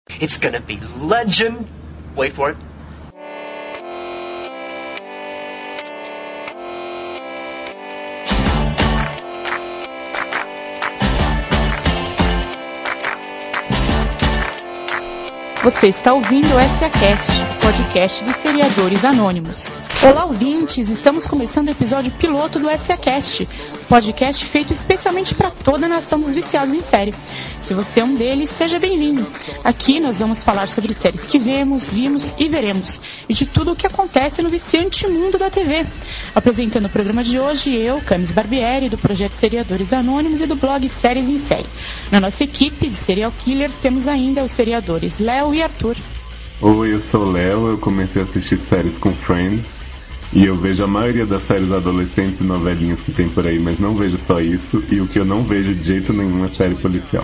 It's gonna be legend. Wait for it. Você está ouvindo o SAcast, podcast dos Seriadores Anônimos. Olá, ouvintes! Estamos começando o episódio piloto do SAcast, podcast feito especialmente para toda a nação dos viciados em série. Se você é um deles, seja bem-vindo. Aqui nós vamos falar sobre séries que vimos e veremos, e de tudo o que acontece no viciante mundo da TV. Apresentando o programa de hoje, eu, Camis Barbieri, do projeto Seriadores Anônimos e do blog Séries em Série. Na nossa equipe de serial killers temos ainda os seriadores Léo e Arthur. Oi, eu sou o Léo, eu comecei a assistir séries com Friends e eu vejo a maioria das séries adolescentes e novelinhas que tem por aí, mas não vejo só isso, e o que eu não vejo de jeito nenhum é série policial.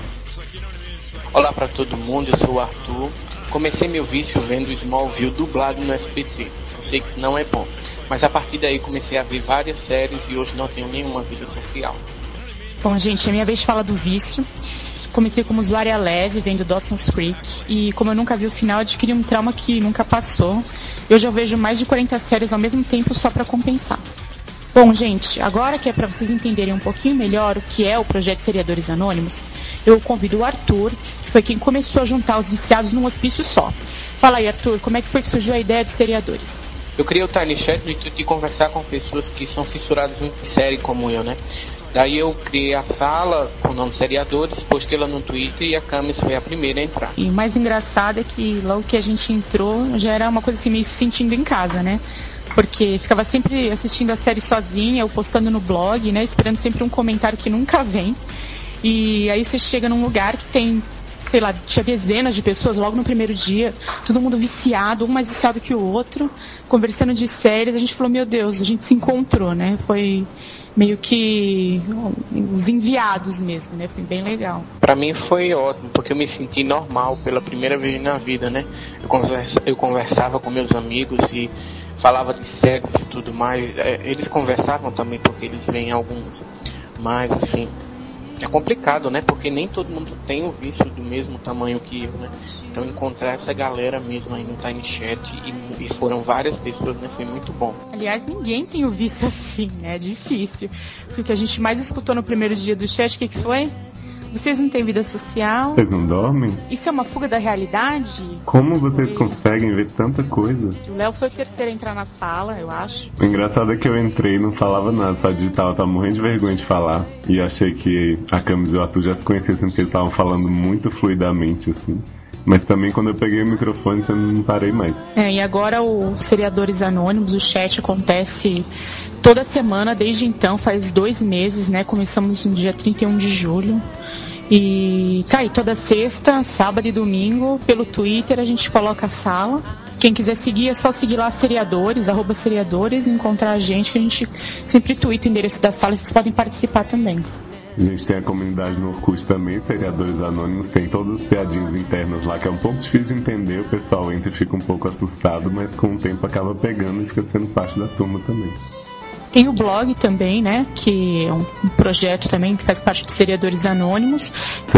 Olá pra todo mundo, eu sou o Arthur. Comecei meu vício vendo Smallville dublado no SBT. Eu sei que isso não é bom, mas a partir daí comecei a ver várias séries e hoje não tenho nenhuma vida social. Bom, gente, é minha vez de falar do vício. Comecei como usuária leve, vendo Dawson's Creek, e como eu nunca vi o final, adquiri um trauma que nunca passou. Eu já vejo mais de 40 séries ao mesmo tempo só pra compensar. Bom, gente, agora que é pra vocês entenderem um pouquinho melhor o que é o projeto Seriadores Anônimos, eu convido o Arthur, que foi quem começou a juntar os viciados num hospício só. Fala aí, Arthur, como é que foi que surgiu a ideia dos seriadores? Eu criei o Tiny Chat no intuito de conversar com pessoas que são fissuradas em série como eu, né? Daí eu criei a sala com o nome Seriadores, postei lá no Twitter e a Camis foi a primeira a entrar. E o mais engraçado é que logo que a gente entrou, já era uma coisa assim, meio se sentindo em casa, né? Porque ficava sempre assistindo a série sozinha, ou postando no blog, né? Esperando sempre um comentário que nunca vem. E aí você chega num lugar que tem, sei lá, tinha dezenas de pessoas logo no primeiro dia, todo mundo viciado, um mais viciado que o outro, conversando de séries. A gente falou, meu Deus, a gente se encontrou, né? Foi meio que os enviados mesmo, né? Foi bem legal. Pra mim foi ótimo, porque eu me senti normal pela primeira vez na vida, né? Eu conversava com meus amigos e falava de séries e tudo mais. Eles conversavam também, porque eles veem algumas. Mas, assim, é complicado, né? Porque nem todo mundo tem o vício do mesmo tamanho que eu, né? Então encontrar essa galera mesmo aí no Tiny Chat e foram várias pessoas, né? Foi muito bom. Aliás, ninguém tem o vício assim, né? É difícil. Porque o que a gente mais escutou no primeiro dia do chat, o que foi? Vocês não têm vida social? Vocês não dormem? Isso é uma fuga da realidade? Como vocês conseguem ver tanta coisa? O Léo foi o terceiro a entrar na sala, eu acho. O engraçado é que eu entrei e não falava nada, só digitava, tava morrendo de vergonha de falar. E achei que a Camis e o Arthur já se conheciam, porque eles estavam falando muito fluidamente, assim. Mas também quando eu peguei o microfone, eu não parei mais. E agora o Seriadores Anônimos, o chat acontece toda semana, desde então, faz 2 meses, né? Começamos no dia 31 de julho. E tá aí, toda sexta, sábado e domingo, pelo Twitter a gente coloca a sala. Quem quiser seguir é só seguir lá Seriadores, @seriadores, e encontrar a gente, que a gente sempre twitta o endereço da sala e vocês podem participar também. A gente tem a comunidade no Orkut também, Seriadores Anônimos, tem todas as piadinhas internas lá, que é um pouco difícil de entender, o pessoal entra e fica um pouco assustado, mas com o tempo acaba pegando e fica sendo parte da turma também. Tem o blog também, né, que é um projeto também que faz parte de Seriadores Anônimos.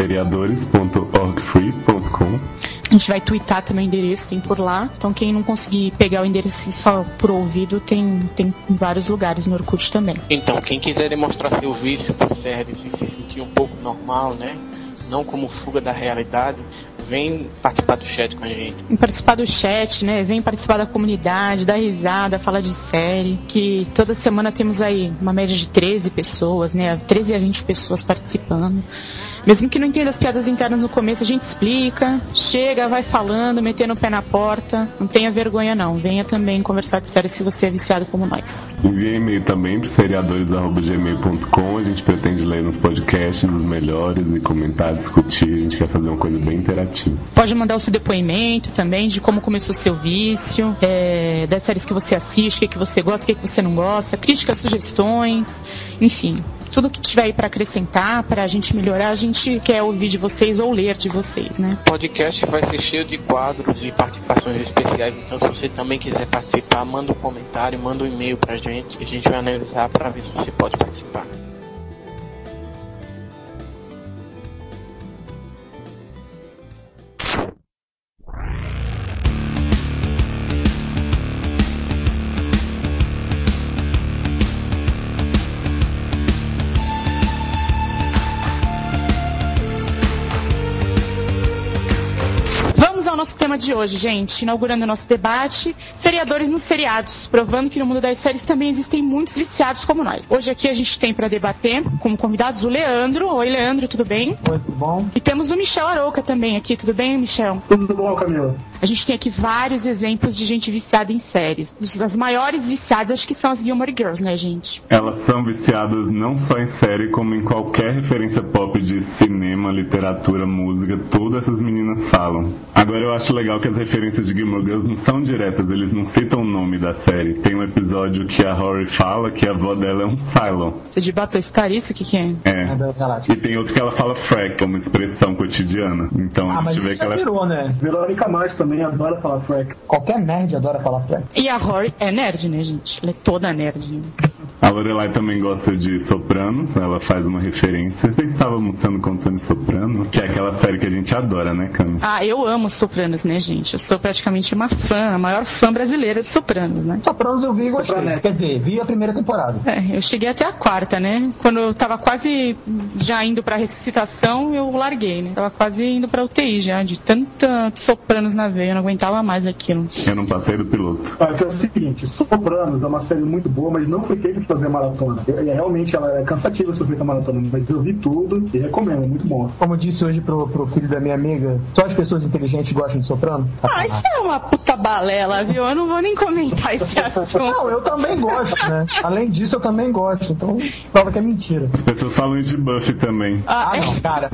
Seriadores.orgfree.com. A gente vai twittar também o endereço, tem por lá. Então quem não conseguir pegar o endereço só por ouvido, tem em vários lugares no Orkut também. Então, quem quiser demonstrar seu vício por séries e se sentir um pouco normal, né? Não como fuga da realidade, vem participar do chat com a gente. Vem participar do chat, né? Vem participar da comunidade, dar risada, falar de série. Que toda semana temos aí uma média de 13 pessoas, né? 13 a 20 pessoas participando. Mesmo que não entenda as piadas internas no começo, a gente explica, chega, vai falando, metendo o pé na porta. Não tenha vergonha não, venha também conversar de séries se você é viciado como nós. Envie e-mail também para seriadores@gmail.com. A gente pretende ler nos podcasts os melhores e comentar, discutir. A gente quer fazer uma coisa bem interativa. Pode mandar o seu depoimento também de como começou seu vício, das séries que você assiste, o que você gosta, o que você não gosta, críticas, sugestões, enfim. Tudo que tiver aí para acrescentar, para a gente melhorar, a gente quer ouvir de vocês ou ler de vocês, né? O podcast vai ser cheio de quadros e participações especiais, então se você também quiser participar, manda um comentário, manda um e-mail pra gente, que a gente vai analisar para ver se você pode participar. nosso tema de hoje, gente. Inaugurando o nosso debate, seriadores nos seriados, provando que no mundo das séries também existem muitos viciados como nós. Hoje aqui a gente tem para debater, como convidados, o Leandro. Oi, Leandro, tudo bem? Oi, tudo bom? E temos o Michel Arouca também aqui, tudo bem, Michel? Tudo bom, Camila? A gente tem aqui vários exemplos de gente viciada em séries. As maiores viciadas acho que são as Gilmore Girls, né, gente? Elas são viciadas não só em série, como em qualquer referência pop de cinema, literatura, música, todas essas meninas falam. Agora eu acho legal que as referências de Gilmore Girls não são diretas, eles não citam o nome da série. Tem um episódio que a Rory fala que a avó dela é um Cylon. Você de Battlestar, isso? O que é? É. E tem outro que ela fala frack, que é uma expressão cotidiana. Então a gente vê que ela virou, né? Verônica Mars também adora falar frack. Qualquer nerd adora falar frack. E a Rory é nerd, né, gente? Ela é toda nerd, né? A Lorelai também gosta de Sopranos, ela faz uma referência. Você estava almoçando com Tony Soprano, que é aquela série que a gente adora, né, Camis? Ah, eu amo Sopranos, né, gente? Eu sou praticamente uma fã, a maior fã brasileira de Sopranos, né? Sopranos eu vi e gostei. Quer dizer, vi a primeira temporada. É, eu cheguei até a quarta, né? Quando eu tava quase já indo pra ressuscitação, eu larguei, né? Tava quase indo pra UTI já, de tanta Sopranos na veia, eu não aguentava mais aquilo. Eu não passei do piloto. É o seguinte, Sopranos é uma série muito boa, mas não foi feita pra fazer maratona. Realmente ela é cansativa se feita maratona, mas eu vi tudo e recomendo, muito bom. Como eu disse hoje pro filho da minha amiga, só as pessoas inteligentes gostam de Soprano? Ah, isso é uma puta balela, viu? Eu não vou nem comentar esse assunto. Não, eu também gosto, né? Além disso, eu também gosto, então prova que é mentira. As pessoas falam isso de Buffy também. Não, cara,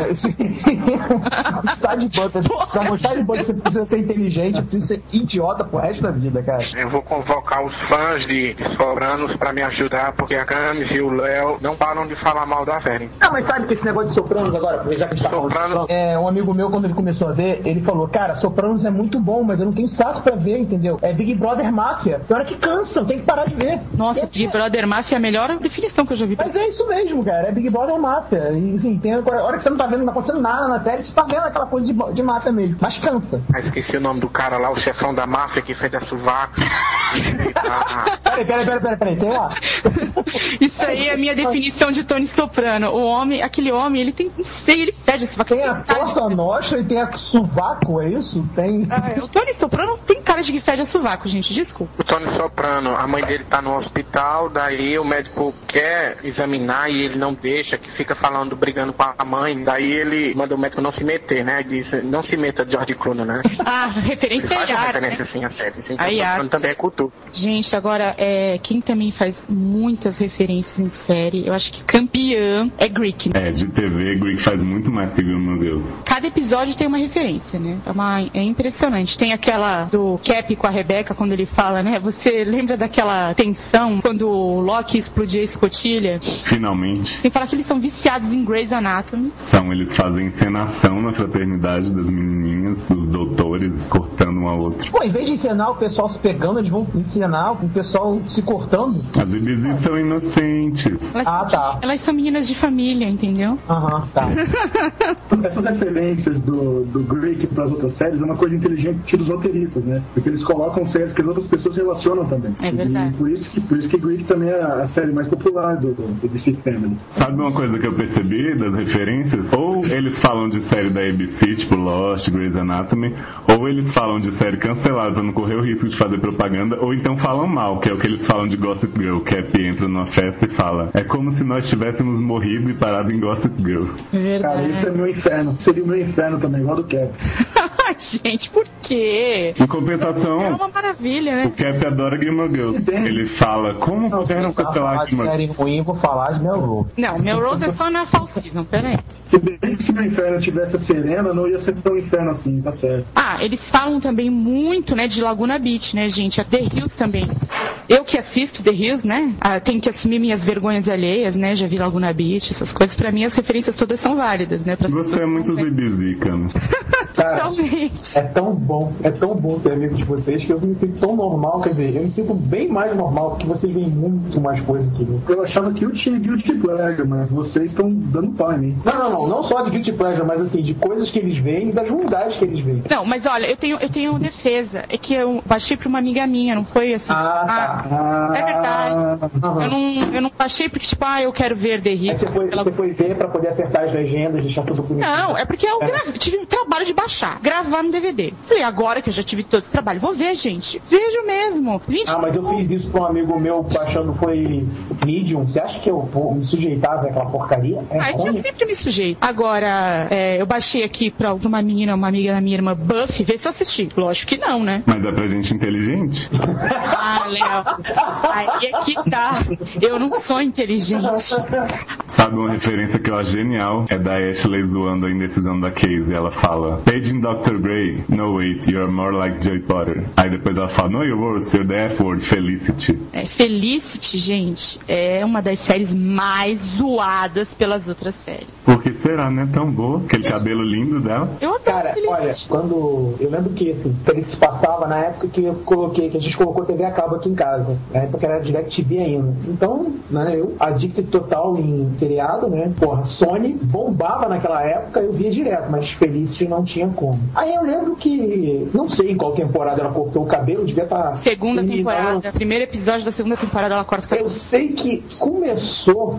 gostar de Buffy, pra gostar de Buffy, você precisa ser inteligente, precisa ser idiota pro resto da vida, cara. Eu vou convocar os fãs de Sopranos pra me ajudar, porque a Camis e o Léo não param de falar mal da série. Mas sabe que esse negócio de Sopranos agora, já que a gente tá falando de Sopranos, um amigo meu, quando ele começou a ver, ele falou, cara, Sopranos é muito bom, mas eu não tenho saco pra ver, entendeu? É Big Brother Máfia. Tem hora que cansa, tem que parar de ver. Nossa, Big Brother Máfia é a melhor definição que eu já vi. Mas é isso mesmo, cara, é Big Brother Máfia. E assim, tem a hora que você não tá vendo, não tá acontecendo nada na série, você tá vendo aquela coisa de máfia mesmo, mas cansa. Esqueci o nome do cara lá, o chefão da máfia que fez a sovaco. Peraí, tem lá. Isso aí é a minha definição de Tony Soprano. Aquele homem, ele tem, não sei, ele fede esse Tem a Cosa Nostra e tem a sovaco, é isso? Tem. O Tony Soprano tem cara de que fede a sovaco, gente, desculpa. O Tony Soprano, a mãe dele tá no hospital, daí o médico quer examinar e ele não deixa, que fica falando, brigando com a mãe, daí ele manda o médico não se meter, né? Diz, não se meta George Clooney, né? Referência a Yara. Referência assim a série, assim, a Yara também é cultura. Gente, agora, quem também faz muitas referências em série, eu acho que campeã é Greek. De TV, Greek faz muito mais que Gilmore Girls. Cada episódio tem uma referência, né? É impressionante. Tem aquela do Cap com a Rebecca, quando ele fala, né? Você lembra daquela tensão quando o Loki explodia a escotilha? Finalmente. Tem que falar que eles são viciados em Grey's Anatomy. Eles fazem encenação na fraternidade das menininhas, os doutores cortando um ao outro. Pô, em vez de encenar o pessoal se pegando, eles vão encenar o pessoal se cortando. As bebês são inocentes. Tá. Elas são meninas de família, entendeu? Tá. Essas referências do Greek para as outras séries é uma coisa inteligente dos roteiristas, né? Porque eles colocam séries que as outras pessoas relacionam também. É verdade. E por isso que Greek também é a série mais popular do ABC Family. Sabe uma coisa que eu percebi das referências? Ou eles falam de série da ABC, tipo Lost, Grey's Anatomy, ou eles falam de série cancelada pra não correr o risco de fazer propaganda, ou então falam mal, que é o que eles falam de Gossip Girl. Cap entra numa festa e fala: é como se nós tivéssemos morrido e parado em Gossip Girl. Verdade. Cara, isso é meu inferno. Seria o meu inferno também, igual do Cap. Gente, por quê? Em compensação, é uma maravilha, né? O Cap adora Gilmore Girls. Ele fala: como puderam cancelar Gilmore Girls? Série ruim, vou falar de Melrose. Não, Melrose é só na Fall Season, peraí. Se bem que se o inferno tivesse a Serena, não ia ser tão inferno assim, tá certo. Eles falam também muito, né, de Laguna Beach, né, gente? A The Hills também. Eu que assisto The Hills, né, tenho que assumir minhas vergonhas alheias, né, já vi Laguna Beach, essas coisas. Pra mim, as referências todas são válidas, né? Você é muito zibizica, né? Totalmente. É tão bom ser amigo de vocês, que eu me sinto tão normal, quer dizer, eu me sinto bem mais normal, porque vocês veem muito mais coisa que eu. Eu achava que eu tinha Guilty Pleasure, mas vocês estão dando pau em mim. Não só de Guilty Pleasure, mas assim, de coisas que eles veem e das ruindades que eles veem. Não, mas olha, eu tenho defesa. É que eu baixei pra uma amiga minha, não foi assim? É verdade. Eu não baixei porque, tipo, eu quero ver The Hills. Você foi ver pra poder acertar as legendas, deixar tudo bonito. Não, é porque eu tive um trabalho de baixar, gravar no DVD. Falei, agora que eu já tive todo esse trabalho, vou ver, gente. Vejo mesmo. Mas eu fiz isso pra um amigo meu baixando foi Medium. Você acha que eu vou me sujeitar àquela porcaria? Eu sempre me sujeito. Agora, eu baixei aqui pra uma menina, uma amiga da minha irmã, Buffy, ver se eu assisti. Lógico que não, né? Mas é pra gente inteligente. Ah, Léo. Aí é que tá. Eu não sou inteligente. Sabe uma referência que eu acho genial? É da Ashley zoando a indecisão da Casey. Ela fala, Paging Dr. Gray, no wait, you're more like Joey Potter. Aí depois ela fala, no you're worse, you're the F-word, Felicity. Felicity, gente, é uma das séries mais zoadas pelas outras séries. Por que será, né? Tão boa. Aquele cabelo lindo dela. Eu adoro. Cara, olha, quando... Eu lembro que, assim, Felicity passava na época que a gente colocou TV a cabo aqui em casa. Na época era DirecTV ainda. Então, né, eu, adicto total em seriado, né? Porra, Sony bombava naquela época, eu via direto, mas Felicity não tinha como. Aí eu lembro que, não sei em qual temporada ela cortou o cabelo, devia estar... Segunda temporada, primeiro episódio da segunda temporada ela corta o cabelo. Eu sei que começou,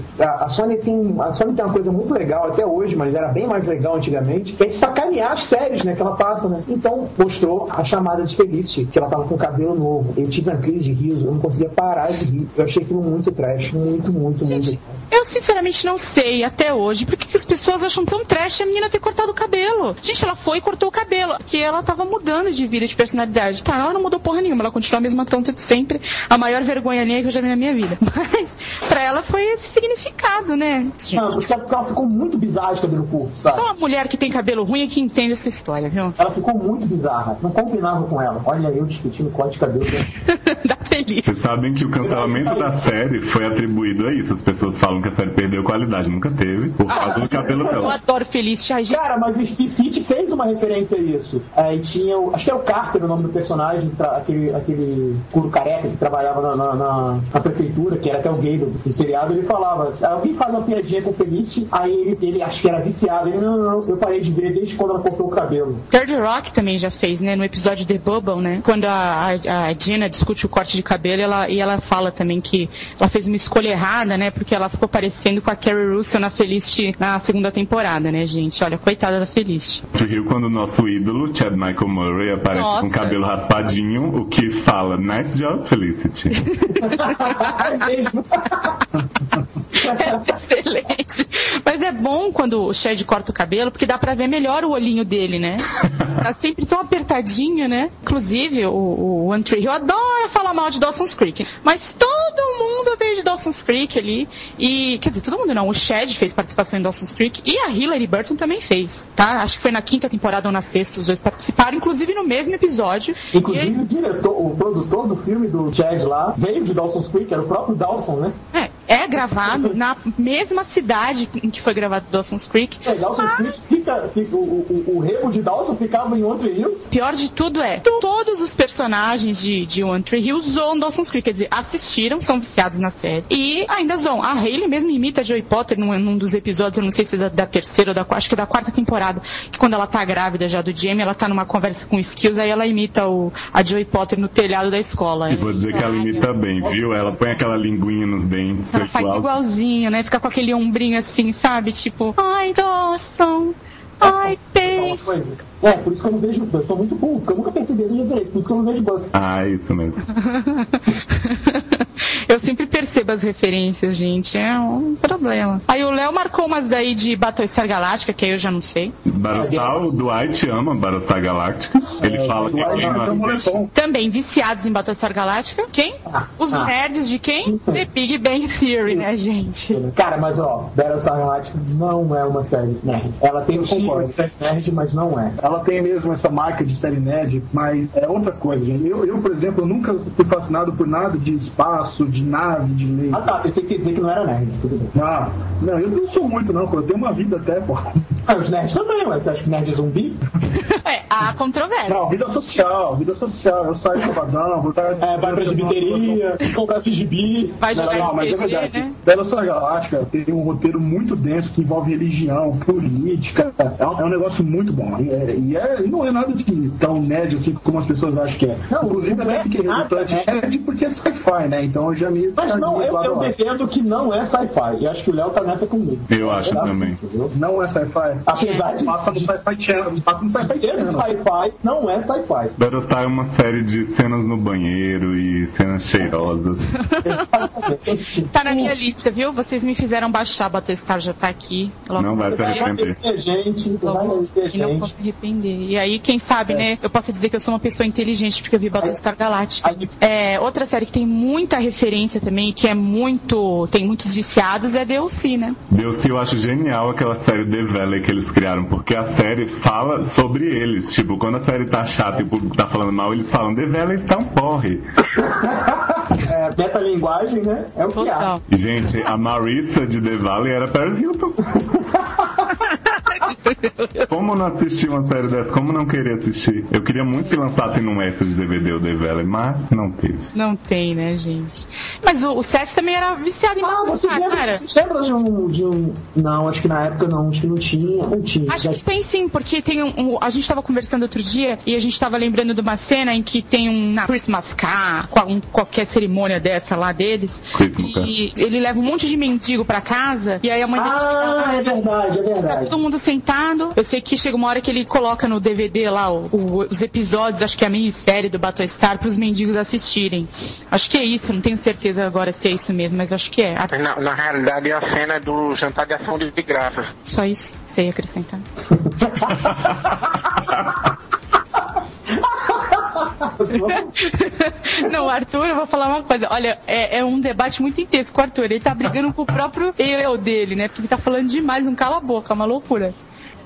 a Sony tem uma coisa muito legal até hoje, mas era bem mais legal antigamente, que é de sacanear as séries, né, que ela passa, né? Então, mostrou a chamada de Felicity, que ela tava com cabelo novo. Eu tive uma crise de riso, eu não conseguia parar de rir. Eu achei aquilo muito trash, muito. Eu sinceramente não sei até hoje por que as pessoas acham tão trash a menina ter cortado o cabelo. Gente, ela foi e cortou o cabelo, porque ela tava mudando de vida, de personalidade. Tá, ela não mudou porra nenhuma, ela continua a mesma tonta de sempre, a maior vergonha alheia que eu já vi na minha vida. Mas pra ela foi esse significado, né? Não, porque ela ficou muito bizarra de cabelo curto, sabe? Só a mulher que tem cabelo ruim é que entende essa história, viu? Ela ficou muito bizarra, não combinava com ela. Olha, eu discutindo corte de cabelo. Dá feliz. Vocês sabem que o cancelamento da série foi atribuído a isso. As pessoas falam que a série perdeu qualidade, nunca teve, por causa do cabelo dela. Eu adoro Felicity. Ai, gente. Cara, mas Felicity fez uma referência a isso. E tinha acho que é o Carter o nome do personagem, aquele curo careca que trabalhava na prefeitura, que era até o gay do seriado. Ele falava, alguém faz uma piadinha com Felicity, aí ele acho que era viciado. Ele, não, eu parei de ver desde quando ela cortou o cabelo. Third Rock também já fez, né, no episódio The Bubble, né, quando a Gina discute o corte de cabelo, ela fala também que ela fez uma escolha errada, né, porque ela ficou parecendo com a Carrie Russell na Felicity na segunda temporada, né, gente? Olha, coitada da Felicity. Tu riu quando o nosso ídolo, Chad Michael Murray, aparece com o cabelo raspadinho, o que fala, nice job, Felicity. É excelente. Mas é bom quando o Chad corta o cabelo, porque dá pra ver melhor o olhinho dele, né? Tá sempre tão apertadinho, né? Inclusive, o One Tree Hill adora falar mal de Dawson's Creek, mas todo mundo veio de Dawson's Creek ali. E, quer dizer, todo mundo não. O Chad fez participação em Dawson's Creek e a Hilary Burton também fez, tá? Acho que foi na quinta temporada ou na sexta, os dois participaram, inclusive no mesmo episódio. Inclusive o diretor, o produtor do filme do Chad lá, veio de Dawson's Creek, era o próprio Dawson, né? É gravado na mesma cidade em que foi gravado Dawson's Creek. Dawson's Creek o rebo de Dawson ficava em One Tree Hill. Pior de tudo é, todos os personagens de One Tree Hill zoam Dawson's Creek, quer dizer, assistiram, são viciados na série e ainda zoam. A Hayley mesmo imita a Joey Potter num dos episódios, eu não sei se da terceira ou acho que da quarta temporada, que quando ela tá grávida já do Jamie, ela tá numa conversa com o Skills, aí ela imita a Joey Potter no telhado da escola. E vou dizer que ela imita bem, viu? Ela põe aquela linguinha nos dentes. Ela faz igualzinho, né? Fica com aquele ombrinho assim, sabe? Tipo, ai, Dawson, ai, Pace. Por isso que eu não vejo, eu sou muito burro, porque eu nunca percebi essa diferença, por isso que eu não vejo Buffy. Isso mesmo. Eu sempre percebo as referências, gente, é um problema. Aí o Léo marcou umas daí de Battlestar Galactica, que aí eu já não sei. Battlestar, o Dwight ama Battlestar Galactica. Ele fala que quem não assiste... Também viciados em Battlestar Galactica. Quem? Os nerds de quem? The Big Bang Theory, né, gente? Cara, mas Battlestar Galactica não é uma série nerd. Ela tem o tipo de série nerd, mas não é. Ela tem mesmo essa marca de série nerd, mas é outra coisa, gente. Eu por exemplo, eu nunca fui fascinado por nada de espaço, de nave, de lei. Pensei que você ia dizer que não era nerd. Tudo bem. Não, eu não sou muito, não, pô. Eu tenho uma vida até, pô. Os nerds também, mas você acha que nerd é zumbi? Há controvérsia. Não, vida social. Eu saio do sabadão, vou estar... vai pra gibiteria, comprar gibi. Vai jogar não, mas RPG, é verdade. né? Battlestar Galactica tem um roteiro muito denso que envolve religião, política. É um negócio muito bom. E não é nada de tão nerd assim como as pessoas acham que é. Não, inclusive até fiquei resultante nerd porque é sci-fi, né? Então eu já me... Mas não, eu defendo que não é sci-fi. E acho que o Léo tá nessa comigo. Eu acho também. Não é sci-fi. Apesar de passa no Sci-Fi Channel, passa no Sci-Fi Channel. Sci-Fi não é sci-fi. Battlestar é uma série de cenas no banheiro e cenas cheirosas. Tá na minha lista, viu? Vocês me fizeram baixar, Battlestar já tá aqui. Não vai se arrepender. E não vou me arrepender. E aí, quem sabe, né? Eu posso dizer que eu sou uma pessoa inteligente porque eu vi Battlestar Galactica. Outra série que tem muita referência também, que é tem muitos viciados, é DLC, né? DLC eu acho genial aquela série The Valley que eles criaram, porque a série fala sobre eles. Tipo, quando a série tá chata e o público tá falando mal, eles falam The Valley está um porre. Metalinguagem, né? É o que há. Gente, a Marissa de The Valley era Paris Hilton. Como não assistir uma série dessa? Como não querer assistir? Eu queria muito que lançassem num extra de DVD o The Valley, mas não teve. Não tem, né, gente? Mas o Seth também era viciado em bagunçar, cara. Você lembra de um... Não, acho que na época não. Acho que não tinha. Acho que tem sim, porque tem a gente tava conversando outro dia e a gente tava lembrando de uma cena em que tem na Christmas Car, qualquer cerimônia dessa lá deles, e ele leva um monte de mendigo pra casa e aí a mãe dele chega lá. É verdade. Tá todo mundo sentado. Eu sei que chega uma hora que ele coloca no DVD lá os episódios, acho que é a minissérie do Battlestar, pros mendigos assistirem. Acho que é isso, não tenho certeza agora se é isso mesmo, mas acho que é. Na realidade, a cena do jantar de ação de graças. Só isso? Você ia acrescentar? Não, Arthur, eu vou falar uma coisa. Olha, é um debate muito intenso com o Arthur. Ele tá brigando com o próprio eu dele, né? Porque ele tá falando demais, não cala a boca, é uma loucura.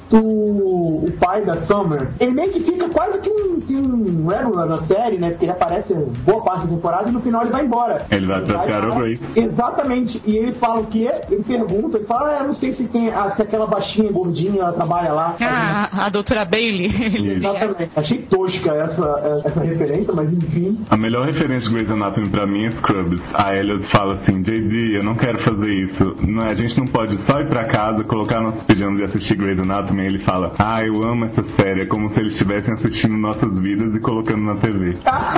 O pai da Summer, ele meio que fica quase que um regular na série, né? Porque ele aparece boa parte da temporada e no final ele vai embora. Ele vai pra Seattle Grace. Exatamente. E ele fala o quê? Ele pergunta, ele fala, eu não sei se aquela baixinha, gordinha, ela trabalha lá. A doutora Bailey. Exatamente. Achei tosca essa referência, mas enfim. A melhor referência de Grey's Anatomy pra mim é Scrubs. A Elliot fala assim, JD, eu não quero fazer isso. A gente não pode só ir pra casa, colocar nossos pijamas e assistir Grey's Anatomy. Ele fala, eu amo essa série, é como se eles estivessem assistindo nossas vidas e colocando na TV.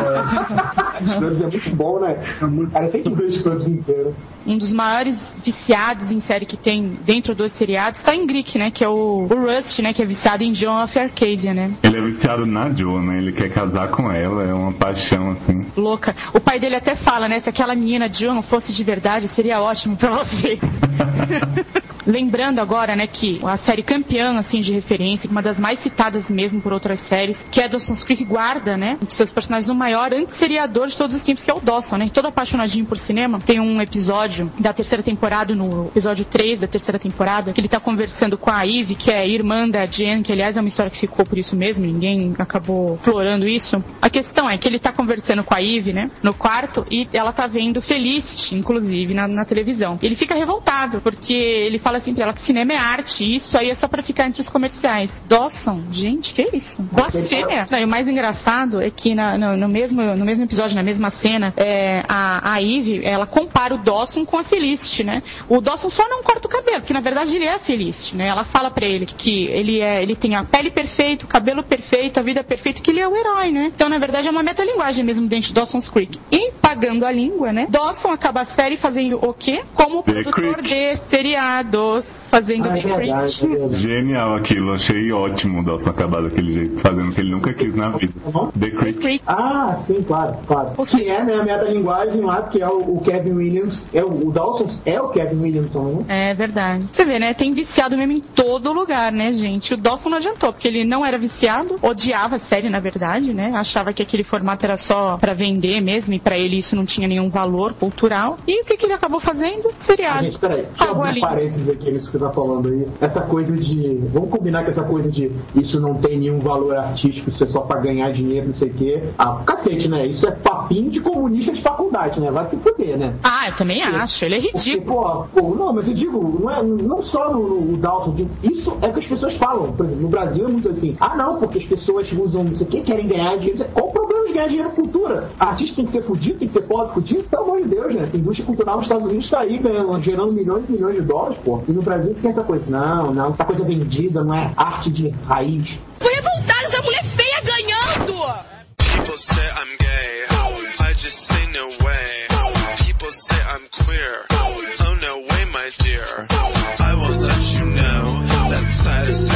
Scrubs é muito bom, né? Cara, tem que ver Scrubs inteiro. Um dos maiores viciados em série que tem dentro dos seriados tá em Greek, né? Que é o Rust, né? Que é viciado em Joan of Arcadia, né? Ele é viciado na Joan, né? Ele quer casar com ela, é uma paixão, assim. Louca. O pai dele até fala, né? Se aquela menina Joan fosse de verdade, seria ótimo pra você. Lembrando agora, né, que a série campeã, assim, de referência, uma das mais citadas mesmo por outras séries, que é Dawson's Creek, guarda, né, entre seus personagens o maior antisseriador de todos os tempos, que é o Dawson, né, todo apaixonadinho por cinema. Tem um episódio da terceira temporada, no episódio 3 da terceira temporada, que ele tá conversando com a Eve, que é irmã da Jen, que aliás é uma história que ficou por isso mesmo, ninguém acabou explorando isso. A questão é que ele tá conversando com a Eve, né, no quarto, e ela tá vendo Felicity, inclusive, na televisão. Ele fica revoltado, porque ele fala assim pra ela que cinema é arte, e isso aí é só pra ficar entre os comerciais. Dawson, gente, que isso? Blasfêmia. E o mais engraçado é que no mesmo episódio, na mesma cena, a Eve, ela compara o Dawson com a Felicity, né? O Dawson só não corta o cabelo, porque na verdade ele é a Felicity, né? Ela fala pra ele que ele tem a pele perfeita, o cabelo perfeito, a vida perfeita, que ele é o herói, né? Então, na verdade, é uma metalinguagem mesmo dentro de Dawson's Creek. E, pagando a língua, né? Dawson acaba a série fazendo o quê? Como produtor de seriados, fazendo The Creek. Genial aquilo, achei ótimo o Dawson acabar daquele jeito, fazendo o que ele nunca quis na vida. The Creek. Sim, claro. Que é, né, a metalinguagem lá, que é o Kevin Williams, o Dawson é o Kevin Williamson, né? É verdade. Você vê, né, tem viciado mesmo em todo lugar, né, gente? O Dawson não adiantou, porque ele não era viciado, odiava a série, na verdade, né? Achava que aquele formato era só pra vender mesmo, e pra ele isso não tinha nenhum valor cultural. E o que ele acabou fazendo? Seriado. Gente, peraí, deixa eu abrir parênteses aqui nisso que você tá falando aí. Essa coisa de... Vamos combinar com essa coisa de isso não tem nenhum valor artístico, isso é só pra ganhar dinheiro, não sei o quê. Cacete, né? Isso é papinho de comunista de faculdade, né? Vai se fuder, né? Eu também acho. Ele é ridículo. Porque, não, mas eu digo, não só no Dawson, isso é o que as pessoas falam. Por exemplo, no Brasil é muito assim, não, porque as pessoas usam não sei o quê, querem ganhar dinheiro. Qual o problema de ganhar dinheiro na cultura? Artista tem que ser fudido, tem que ser pobre, fudido? Pelo amor de Deus, né? A indústria cultural nos Estados Unidos tá aí gerando milhões e milhões de dólares, pô. E no Brasil tem essa coisa, não, essa coisa vendida, não é arte de raiz. Tô revoltada, essa mulher feia ganhando! People say I'm gay, I just say no way. People say I'm queer, oh no way my dear. I will let you know that side is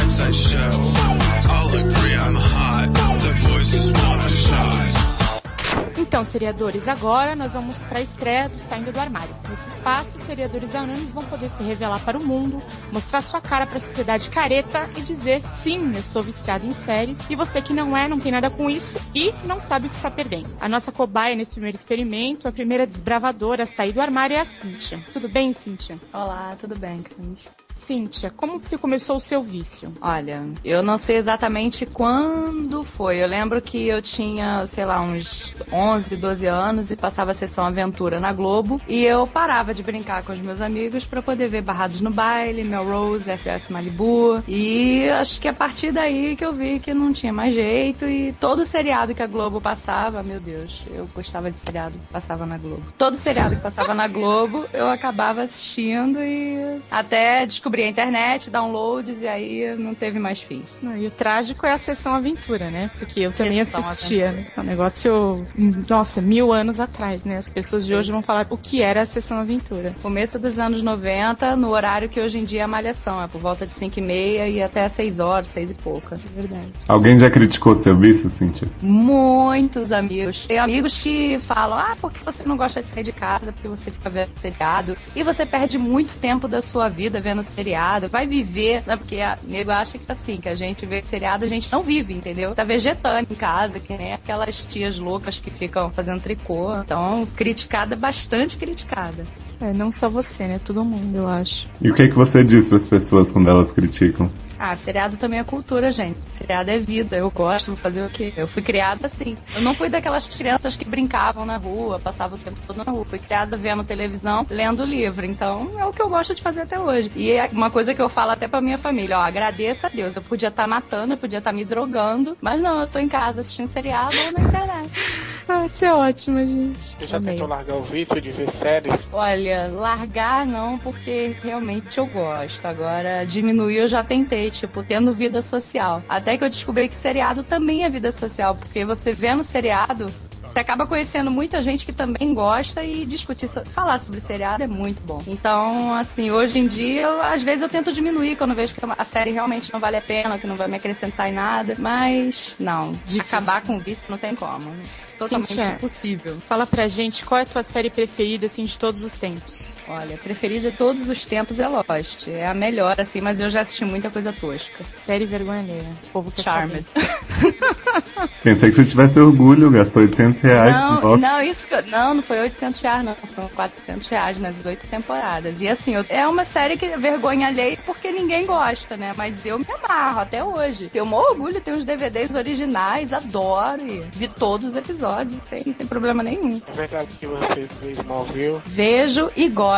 Então, seriadores, agora nós vamos para a estreia do Saindo do Armário. Nesse espaço, os seriadores anônimos vão poder se revelar para o mundo, mostrar sua cara para a sociedade careta e dizer, sim, eu sou viciado em séries, e você que não é, não tem nada com isso e não sabe o que está perdendo. A nossa cobaia nesse primeiro experimento, a primeira desbravadora a sair do armário é a Cíntia. Tudo bem, Cíntia? Olá, tudo bem, Cris? Cíntia, como você começou o seu vício? Olha, eu não sei exatamente quando foi. Eu lembro que eu tinha, sei lá, uns 11, 12 anos e passava a sessão Aventura na Globo. E eu parava de brincar com os meus amigos pra poder ver Barrados no Baile, Melrose, SS Malibu. E acho que a partir daí que eu vi que não tinha mais jeito. E todo seriado que a Globo passava, meu Deus, eu gostava de seriado que passava na Globo. Todo seriado que passava na Globo, eu acabava assistindo e até descobri a internet, downloads, e aí não teve mais fim. E o trágico é a Sessão Aventura, né? Porque eu também assistia, né? É um negócio, 1000 anos atrás, né? As pessoas de hoje vão falar o que era a Sessão Aventura. Começo dos anos 90, no horário que hoje em dia é a Malhação, é por volta de 5h30 e até 6 horas, 6 e pouca. É verdade. Alguém já criticou seu vício, Cíntia? Muitos amigos. Tem amigos que falam, por que você não gosta de sair de casa, porque você fica vendo seriado, e você perde muito tempo da sua vida vendo seriado, vai viver, né? Porque a nego acha que assim, que a gente vê seriado, a gente não vive, entendeu? Tá vegetando em casa, que nem aquelas tias loucas que ficam fazendo tricô. Então, criticada, bastante criticada. Não só você, né? Todo mundo, eu acho. E o que você diz para as pessoas quando elas criticam? Seriado também é cultura, gente. Seriado é vida, eu gosto, vou fazer o quê? Eu fui criada assim. Eu não fui daquelas crianças que brincavam na rua, passavam o tempo todo na rua. Fui criada vendo televisão, lendo livro. Então, é o que eu gosto de fazer até hoje. E é uma coisa que eu falo até pra minha família, agradeça a Deus. Eu podia estar matando, eu podia estar me drogando, mas não, eu tô em casa assistindo seriado ou na internet. Isso é ótimo, gente. Você já tentou largar o vício de ver séries? Olha, largar não, porque realmente eu gosto. Agora, diminuir eu já tentei, tendo vida social. Até que eu descobri que seriado também é vida social, porque você vendo seriado, você acaba conhecendo muita gente que também gosta e falar sobre seriado é muito bom. Então, assim, hoje em dia, às vezes eu tento diminuir quando eu vejo que a série realmente não vale a pena, que não vai me acrescentar em nada, mas não, de acabar com o vício não tem como. Totalmente impossível. Fala pra gente qual é a tua série preferida, assim, de todos os tempos. Olha, a preferida de todos os tempos é Lost. É a melhor, assim, mas eu já assisti muita coisa tosca. Série vergonha alheia. Povo que Charmed. Pensei que você tivesse orgulho, gastou R$800. Não foi R$800, não. Foram R$400 nas 8 temporadas. E assim, é uma série que é vergonha alheia porque ninguém gosta, né? Mas eu me amarro até hoje. Tenho um orgulho, tenho os DVDs originais, adoro e vi todos os episódios sem problema nenhum. É verdade que você vê Smallville? Vejo e gosto.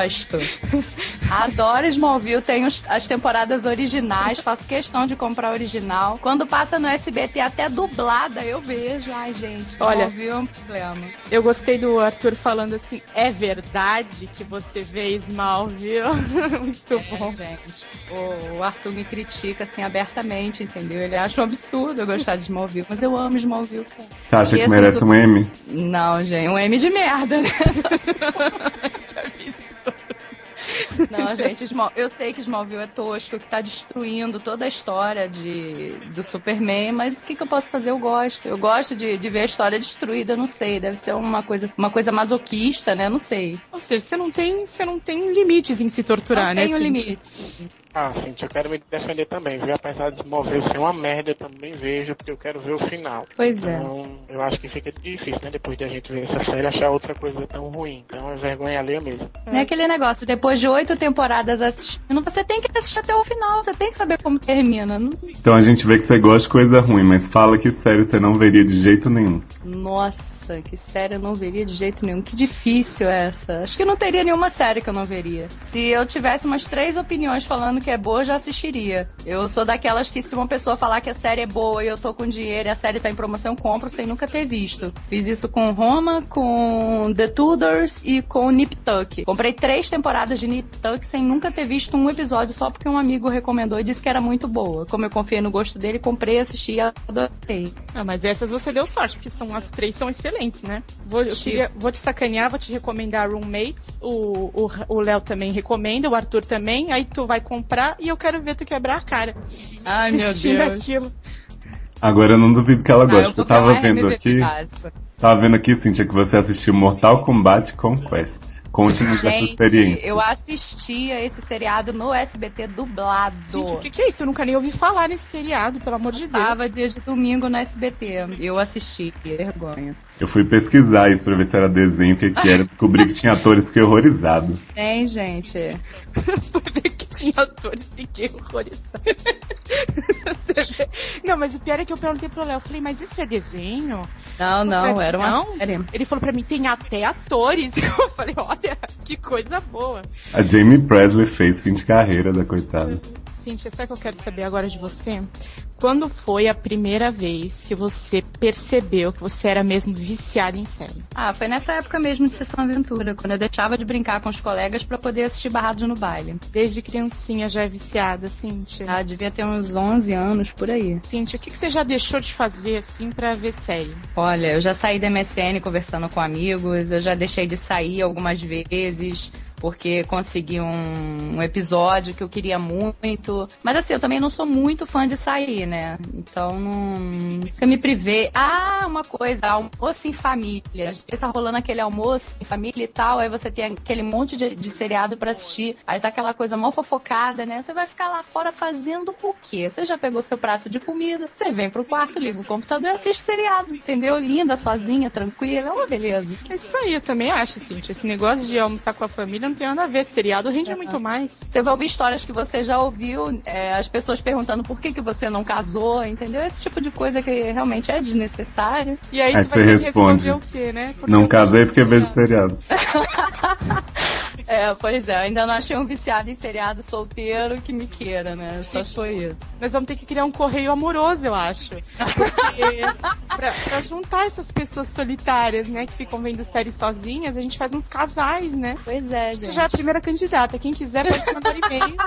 Adoro Smallville, tenho as temporadas originais, faço questão de comprar original. Quando passa no SBT até dublada, eu vejo. Ai, gente, Smallville é um problema. Eu gostei do Arthur falando assim, é verdade que você vê Smallville? Muito bom. Gente, o Arthur me critica assim abertamente, entendeu? Ele acha um absurdo eu gostar de Smallville, mas eu amo Smallville, cara. Você acha que merece um M? Não, gente, um M de merda, né? Que absurdo. Não, gente, eu sei que Smallville é tosco, que tá destruindo toda a história do Superman, mas o que eu posso fazer? Eu gosto. Eu gosto de ver a história destruída, eu não sei. Deve ser uma coisa masoquista, né? Não sei. Ou seja, você não tem limites em se torturar, né? Não tenho limite. Gente, eu quero me defender também, viu? Apesar de Smallville ser uma merda, eu também vejo, porque eu quero ver o final. Pois é. Então, eu acho que fica difícil, né? Depois de a gente ver essa série, achar outra coisa tão ruim. Então, é vergonha alheia mesmo. É aquele negócio, depois de 8 temporadas assistindo, você tem que assistir até o final, você tem que saber como termina. Então, a gente vê que você gosta de coisa ruim, mas fala que série você não veria de jeito nenhum. Nossa, que série eu não veria de jeito nenhum. Que difícil essa. Acho que não teria nenhuma série que eu não veria. Se eu tivesse umas 3 opiniões falando que é boa, eu já assistiria. Eu sou daquelas que se uma pessoa falar que a série é boa e eu tô com dinheiro e a série tá em promoção, eu compro sem nunca ter visto. Fiz isso com Roma, com The Tudors e com Nip Tuck. Comprei 3 temporadas de Nip Tuck sem nunca ter visto um episódio, só porque um amigo recomendou e disse que era muito boa. Como eu confiei no gosto dele, comprei, assisti e adorei. Mas essas você deu sorte, porque as 3 são excelentes, né? Vou te sacanear, vou te recomendar Roommates, o Léo também recomenda, o Arthur também, aí tu vai comprar e eu quero ver tu quebrar a cara. Ai, meu Deus. Aquilo. Agora eu não duvido que ela goste. Eu tava vendo aqui, Cíntia, que você assistiu Mortal Kombat Conquest. Conte-nos essa experiência. Eu assistia esse seriado no SBT dublado. Gente, o que é isso? Eu nunca nem ouvi falar nesse seriado, pelo amor de Deus. Tava dia de domingo no SBT. Eu assisti, que vergonha. Eu fui pesquisar isso pra ver se era desenho, o que era. Descobri que tinha atores, fiquei horrorizado. Tem, gente. Fui ver que tinha atores, fiquei horrorizado. Não, mas o pior é que eu perguntei pro Léo, eu falei, mas isso é desenho? Não, era uma série. Ele falou pra mim, tem até atores. Eu falei, olha, que coisa boa. A Jamie Presley fez fim de carreira da coitada. Cíntia, sabe o que eu quero saber agora de você? Quando foi a primeira vez que você percebeu que você era mesmo viciada em série? Foi nessa época mesmo de Sessão Aventura, quando eu deixava de brincar com os colegas pra poder assistir Barrados no Baile. Desde criancinha já é viciada, Cíntia? Devia ter uns 11 anos, por aí. Cíntia, o que você já deixou de fazer, assim, pra ver série? Olha, eu já saí da MSN conversando com amigos, eu já deixei de sair algumas vezes, porque consegui um episódio que eu queria muito. Mas assim, eu também não sou muito fã de sair, né? Então nunca me privei. Uma coisa, almoço em família. Tá rolando aquele almoço em família e tal, aí você tem aquele monte de seriado pra assistir. Aí tá aquela coisa mal fofocada, né? Você vai ficar lá fora fazendo o quê? Você já pegou seu prato de comida, você vem pro quarto, liga o computador e assiste seriado, entendeu? Linda, sozinha, tranquila, é uma beleza. É isso aí, eu também acho, Cíntia. Esse negócio de almoçar com a família não tem nada a ver, seriado rende muito mais. Você vai ouvir histórias que você já ouviu, as pessoas perguntando por que você não casou, entendeu? Esse tipo de coisa que realmente é desnecessário. E aí tu vai ter que responder o quê, né? Porque não casei porque vejo seriado. Pois é, ainda não achei um viciado em seriado solteiro que me queira, né? Só foi isso. Nós vamos ter que criar um correio amoroso, eu acho. Porque pra juntar essas pessoas solitárias, né, que ficam vendo séries sozinhas, a gente faz uns casais, né? Pois é, gente. Você já é a primeira candidata. Quem quiser pode mandar e-mails.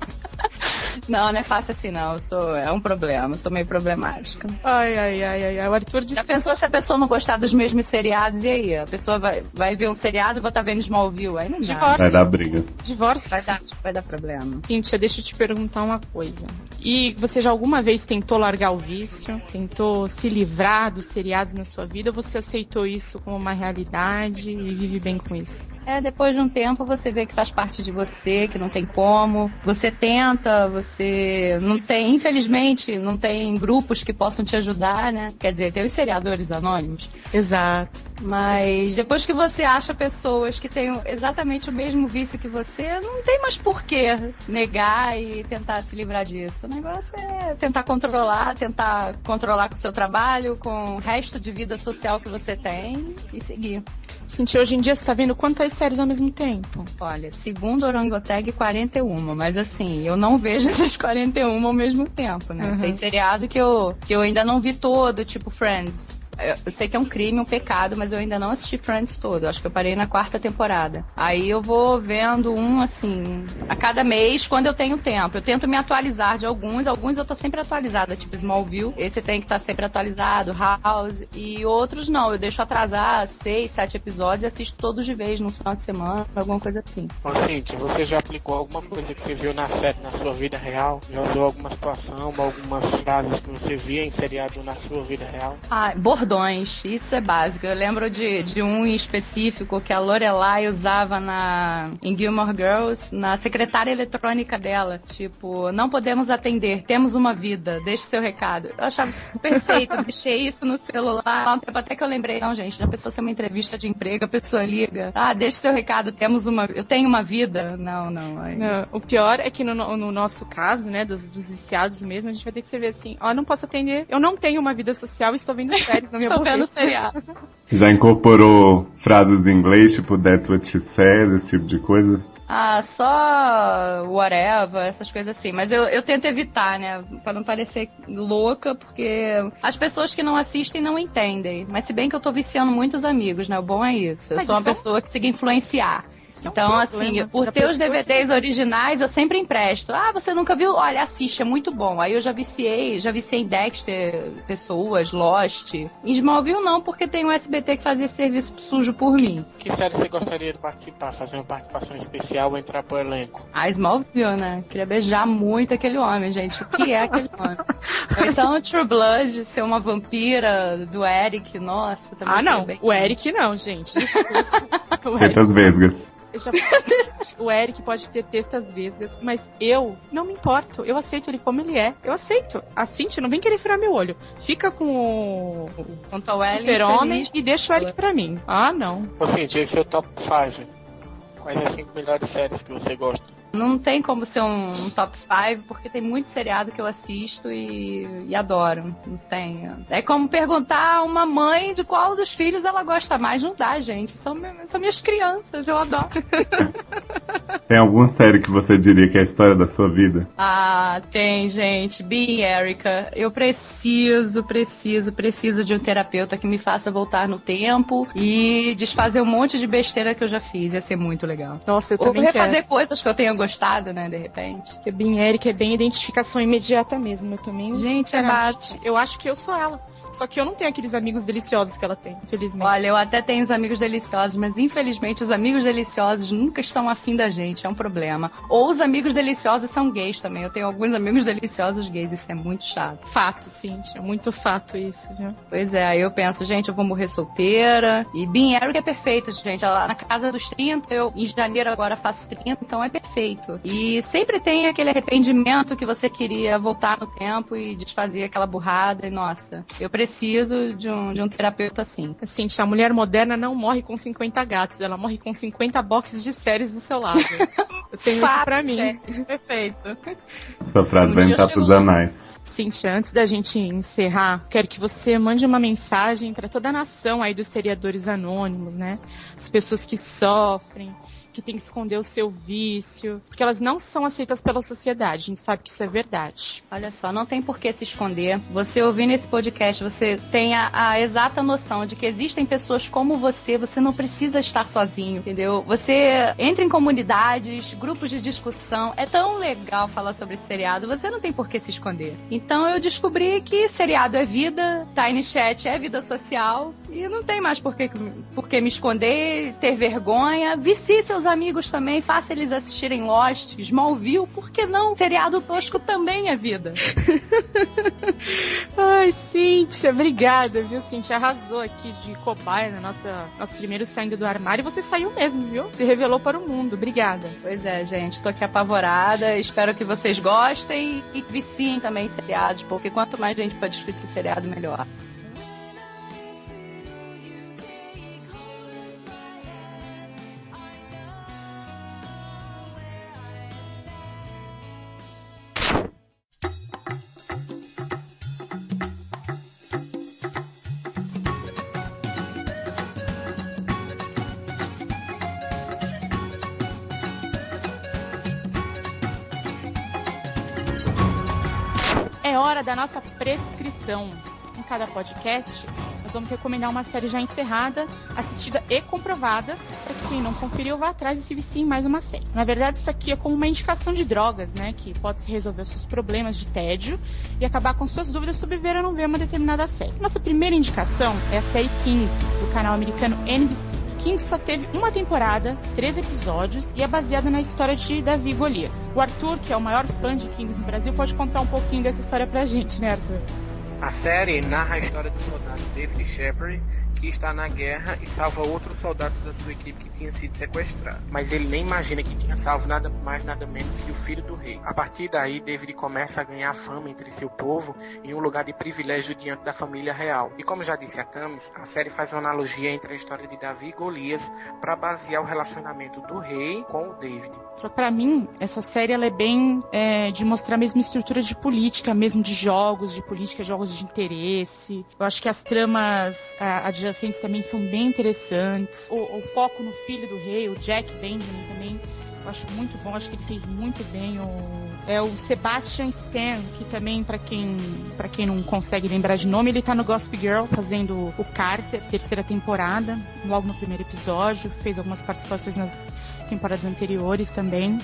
Não é fácil assim, não. É um problema, sou meio problemática. Ai. O Arthur disse... Já pensou se a pessoa não gostar dos mesmos seriados? E aí? A pessoa vai ver um seriado e vai estar vendo Smallville? Aí não dá. Vai dar briga. Divórcio? Vai dar problema. Cíntia, deixa eu te perguntar uma coisa. E você já alguma vez tentou largar o vício? Tentou se livrar dos seriados na sua vida? Ou você aceitou isso como uma realidade e vive bem com isso? Depois de um tempo você vê que faz parte de você, que não tem como. Você tenta, você não tem, infelizmente, não tem grupos que possam te ajudar, né? Quer dizer, tem os seriadores anônimos. Exato. Mas depois que você acha pessoas que têm exatamente o mesmo vício que você, não tem mais por que negar e tentar se livrar disso. O negócio é tentar controlar com o seu trabalho, com o resto de vida social que você tem e seguir. Cíntia, hoje em dia você tá vendo quantas séries ao mesmo tempo? Olha, segundo Orangotag, 41, mas assim, eu não vejo essas 41 ao mesmo tempo, né? Tem seriado que eu ainda não vi todo, tipo Friends. Eu sei que é um crime, um pecado, mas eu ainda não assisti Friends todo. Eu acho que eu parei na 4ª temporada. Aí eu vou vendo assim, a cada mês, quando eu tenho tempo. Eu tento me atualizar de alguns eu tô sempre atualizada, tipo Smallville. Esse tem que estar sempre atualizado, House. E outros não, eu deixo atrasar 6, 7 episódios e assisto todos de vez no final de semana, alguma coisa assim. Cíntia, você já aplicou alguma coisa que você viu na série, na sua vida real? Já usou alguma situação, algumas frases que você via em seriado na sua vida real? Bordões, isso é básico. Eu lembro de um em específico que a Lorelai usava em Gilmore Girls, na secretária eletrônica dela. Tipo, não podemos atender, temos uma vida, deixe seu recado. Eu achava perfeito, deixei isso no celular. Um tempo até que eu lembrei, não, gente, já pensou ser uma entrevista de emprego, a pessoa liga, deixe seu recado, eu tenho uma vida. Não. Não, o pior é que no nosso caso, né, dos viciados mesmo, a gente vai ter que ver assim, não posso atender, eu não tenho uma vida social e estou vendo séries na minha Estou vendo seriado. Já incorporou frases em inglês, tipo That's what she said, esse tipo de coisa? Só whatever, essas coisas assim. Mas eu tento evitar, né? Pra não parecer louca, porque as pessoas que não assistem não entendem. Mas se bem que eu tô viciando muitos amigos, né? O bom é isso. Eu sou uma pessoa que consigo influenciar. Então, assim, por ter os DVDs originais, eu sempre empresto. Ah, você nunca viu? Olha, assiste, é muito bom. Aí eu já viciei em Dexter, Pessoas, Lost. Em Smallville não, porque tem um SBT que fazia serviço sujo por mim. Que série você gostaria de participar? Fazer uma participação especial ou entrar pro elenco? Ah, Smallville, né? Queria beijar muito aquele homem, gente. O que é aquele homem? Ou então True Blood, ser uma vampira do Eric, nossa. Ah, não. O Eric não, gente. Tetas vesgas. O Eric pode ter testas vesgas, mas eu não me importo. Eu aceito ele como ele é. Eu aceito. A Cintia não vem querer furar meu olho. Fica com o Super-Homem e deixa o Eric pra mim. Ah, não. Ô, Cintia, esse é o top 5. Quais as 5 melhores séries que você gosta? Não tem como ser um top 5, porque tem muito seriado que eu assisto e adoro. Não tem. É como perguntar a uma mãe de qual dos filhos ela gosta mais. Não dá, gente. São minhas crianças, eu adoro. Tem alguma série que você diria que é a história da sua vida? Ah, tem, gente. Being Erica. Eu preciso de um terapeuta que me faça voltar no tempo e desfazer um monte de besteira que eu já fiz. Ia ser muito legal. Nossa, eu também quero. Ou refazer coisas que eu tenho gostado, né, de repente. Porque Being Erica é bem identificação imediata mesmo. Eu também. Gente, eu acho que eu sou ela. Só que eu não tenho aqueles amigos deliciosos que ela tem, infelizmente. Olha, eu até tenho os amigos deliciosos, mas infelizmente os amigos deliciosos nunca estão afim da gente, é um problema. Ou os amigos deliciosos são gays também. Eu tenho alguns amigos deliciosos gays, isso é muito chato. Fato, Cintia, é muito fato isso, viu? Pois é, aí eu penso, gente, eu vou morrer solteira. E Being Erica é perfeito, gente. Ela, na casa dos 30, eu em janeiro agora faço 30, então é perfeito. E sempre tem aquele arrependimento que você queria voltar no tempo e desfazer aquela burrada. E nossa, eu preciso de um terapeuta assim. Assim, a mulher moderna não morre com 50 gatos, ela morre com 50 boxes de séries do seu lado. Eu tenho isso pra mim. Gente, perfeito. Essa frase vai entrar pros anais. Cintia, antes da gente encerrar, quero que você mande uma mensagem para toda a nação aí dos seriadores anônimos, né? As pessoas que sofrem, que tem que esconder o seu vício, porque elas não são aceitas pela sociedade, a gente sabe que isso é verdade. Olha só, não tem por que se esconder. Você ouvindo esse podcast, você tem a exata noção de que existem pessoas como você não precisa estar sozinho, entendeu? Você entra em comunidades, grupos de discussão, é tão legal falar sobre seriado, você não tem por que se esconder. Então eu descobri que seriado é vida, Tiny Chat é vida social, e não tem mais por que me esconder, ter vergonha, vicie seus amigos também, faça eles assistirem Lost, Smallville, por que não? Seriado tosco também é vida. Ai, Cintia, obrigada, viu, Cintia? Arrasou aqui de cobaia no nosso primeiro saindo do armário, e você saiu mesmo, viu? Se revelou para o mundo, obrigada. Pois é, gente, tô aqui apavorada, espero que vocês gostem e viciem também em seriados, porque quanto mais gente pode discutir seriado, melhor. É hora da nossa prescrição. Em cada podcast, nós vamos recomendar uma série já encerrada, assistida e comprovada, para que quem não conferiu vá atrás e se vicie em mais uma série. Na verdade, isso aqui é como uma indicação de drogas, né? Que pode resolver os seus problemas de tédio e acabar com suas dúvidas sobre ver ou não ver uma determinada série. Nossa primeira indicação é a série Kings, do canal americano NBC. Kings só teve uma temporada, 3 episódios, e é baseada na história de Davi e Golias. O Arthur, que é o maior fã de Kings no Brasil, pode contar um pouquinho dessa história pra gente, né, Arthur? A série narra a história do soldado David Shepard, que está na guerra e salva outro soldado da sua equipe que tinha sido sequestrado. Mas ele nem imagina que tinha salvo nada mais nada menos que o filho do rei. A partir daí, David começa a ganhar fama entre seu povo em um lugar de privilégio diante da família real. E como já disse a Camis, a série faz uma analogia entre a história de Davi e Golias para basear o relacionamento do rei com o David. Pra mim, essa série ela é bem de mostrar a mesma estrutura de política, mesmo de jogos, de política, jogos de interesse. Eu acho que as tramas adjacentes também são bem interessantes. O foco no filho do rei, o Jack Benjamin também, eu acho muito bom. Acho que ele fez muito bem. O Sebastian Stan, que também, pra quem não consegue lembrar de nome, ele tá no Gossip Girl fazendo o Carter, terceira temporada, logo no primeiro episódio. Fez algumas participações nas temporadas anteriores também.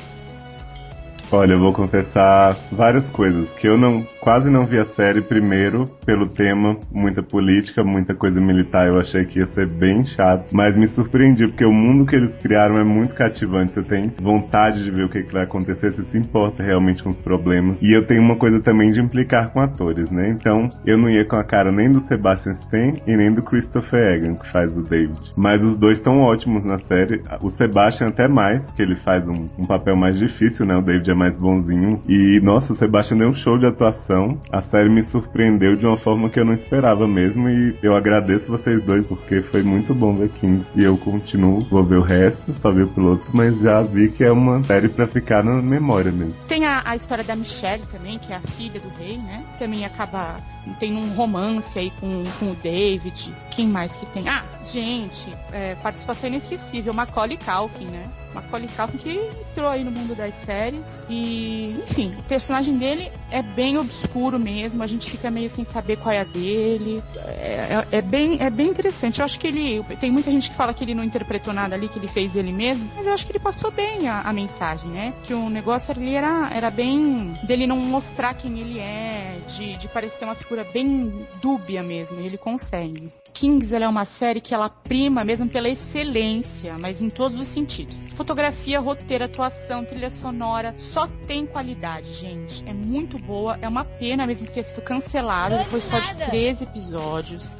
Olha, eu vou confessar várias coisas, que eu quase não vi a série, primeiro, pelo tema, muita política, muita coisa militar, eu achei que ia ser bem chato, mas me surpreendi, porque o mundo que eles criaram é muito cativante, você tem vontade de ver o que vai acontecer, você se importa realmente com os problemas, e eu tenho uma coisa também de implicar com atores, né, então eu não ia com a cara nem do Sebastian Stan e nem do Christopher Egan, que faz o David, mas os dois estão ótimos na série, o Sebastian até mais, que ele faz um papel mais difícil, né, o David é mais bonzinho. E, nossa, o Sebastian deu um show de atuação. A série me surpreendeu de uma forma que eu não esperava mesmo. E eu agradeço vocês dois, porque foi muito bom ver Kings. E eu continuo, vou ver o resto, só vi o piloto, mas já vi que é uma série pra ficar na memória mesmo. Tem a história da Michelle também, que é a filha do rei, né? Também acaba tem um romance aí com o David. Quem mais que tem? Ah, gente, participação inesquecível, Macaulay Culkin, né? Macaulay Culkin que entrou aí no mundo das séries e, enfim, o personagem dele é bem obscuro mesmo, a gente fica meio sem saber qual é a dele, é bem interessante. Eu acho que tem muita gente que fala que ele não interpretou nada ali, que ele fez ele mesmo, mas eu acho que ele passou bem a mensagem, né? Que o negócio ali era bem dele não mostrar quem ele é, de parecer uma figura bem dúbia mesmo, e ele consegue. Kings, ela é uma série que ela prima mesmo pela excelência, mas em todos os sentidos. Fotografia, roteiro, atuação, trilha sonora, só tem qualidade, gente. É muito boa, é uma pena mesmo ter sido cancelada depois só de 13 episódios.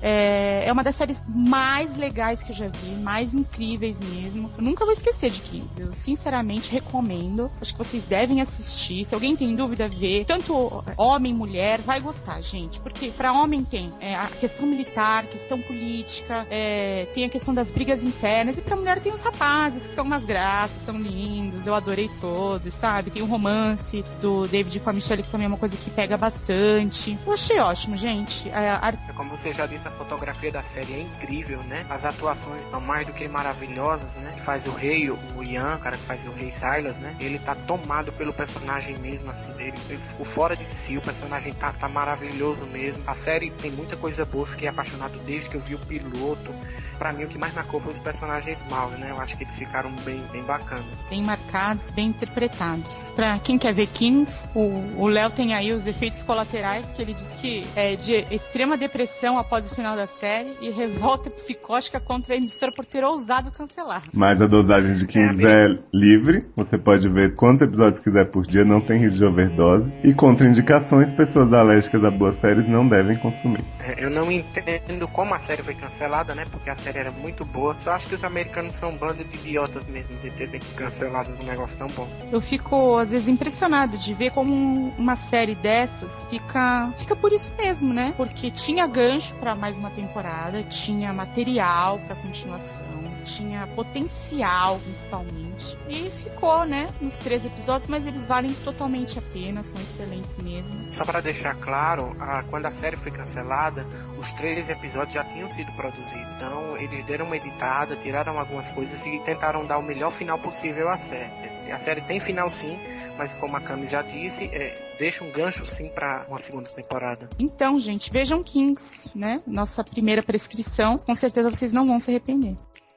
É uma das séries mais legais que eu já vi, mais incríveis mesmo. Eu nunca vou esquecer de Kings. Eu sinceramente recomendo. Acho que vocês devem assistir. Se alguém tem dúvida, ver. Tanto homem, mulher, vai gostar, gente. Porque pra homem tem a questão militar, questão política, tem a questão das brigas internas. E pra mulher tem os rapazes, que são umas graças, são lindos. Eu adorei todos, sabe? Tem o romance do David com a Michelle, que também é uma coisa que pega bastante. Eu achei ótimo, gente. Como você já disse, a fotografia da série é incrível, né? As atuações estão mais do que maravilhosas, né? Que faz o rei, o Ian, o cara que faz o rei Silas, né? Ele tá tomado pelo personagem mesmo, assim, dele. Ele ficou fora de si, o personagem tá maravilhoso mesmo. A série tem muita coisa boa, fiquei apaixonado desde que eu vi o piloto. Pra mim, o que mais marcou foi os personagens maus, né? Eu acho que eles ficaram bem bacanas. Bem marcados, bem interpretados. Pra quem quer ver Kings, o Léo tem aí os efeitos colaterais, que ele diz que é de extrema depressão após o final da série e revolta psicótica contra a emissora por ter ousado cancelar. Mas a dosagem de Kings é livre, você pode ver quantos episódios quiser por dia, não tem risco de overdose. E contraindicações, pessoas alérgicas a boas séries não devem consumir. Eu não entendo como a série foi cancelada, né? Porque a série era muito boa. Só acho que os americanos são um bando de idiotas mesmo, de terem cancelado um negócio tão bom. Eu fico, às vezes, impressionada de ver como uma série dessas fica por isso mesmo, né? Porque tinha gancho pra mais uma temporada, tinha material pra continuação, tinha potencial, principalmente. E ficou, né, nos 13 episódios, mas eles valem totalmente a pena, são excelentes mesmo. Só pra deixar claro, quando a série foi cancelada, os 13 episódios já tinham sido produzidos. Então, eles deram uma editada, tiraram algumas coisas e tentaram dar o melhor final possível à série. A série tem final sim, mas como a Camis já disse, deixa um gancho sim pra uma segunda temporada. Então, gente, vejam Kings, né? Nossa primeira prescrição. Com certeza vocês não vão se arrepender.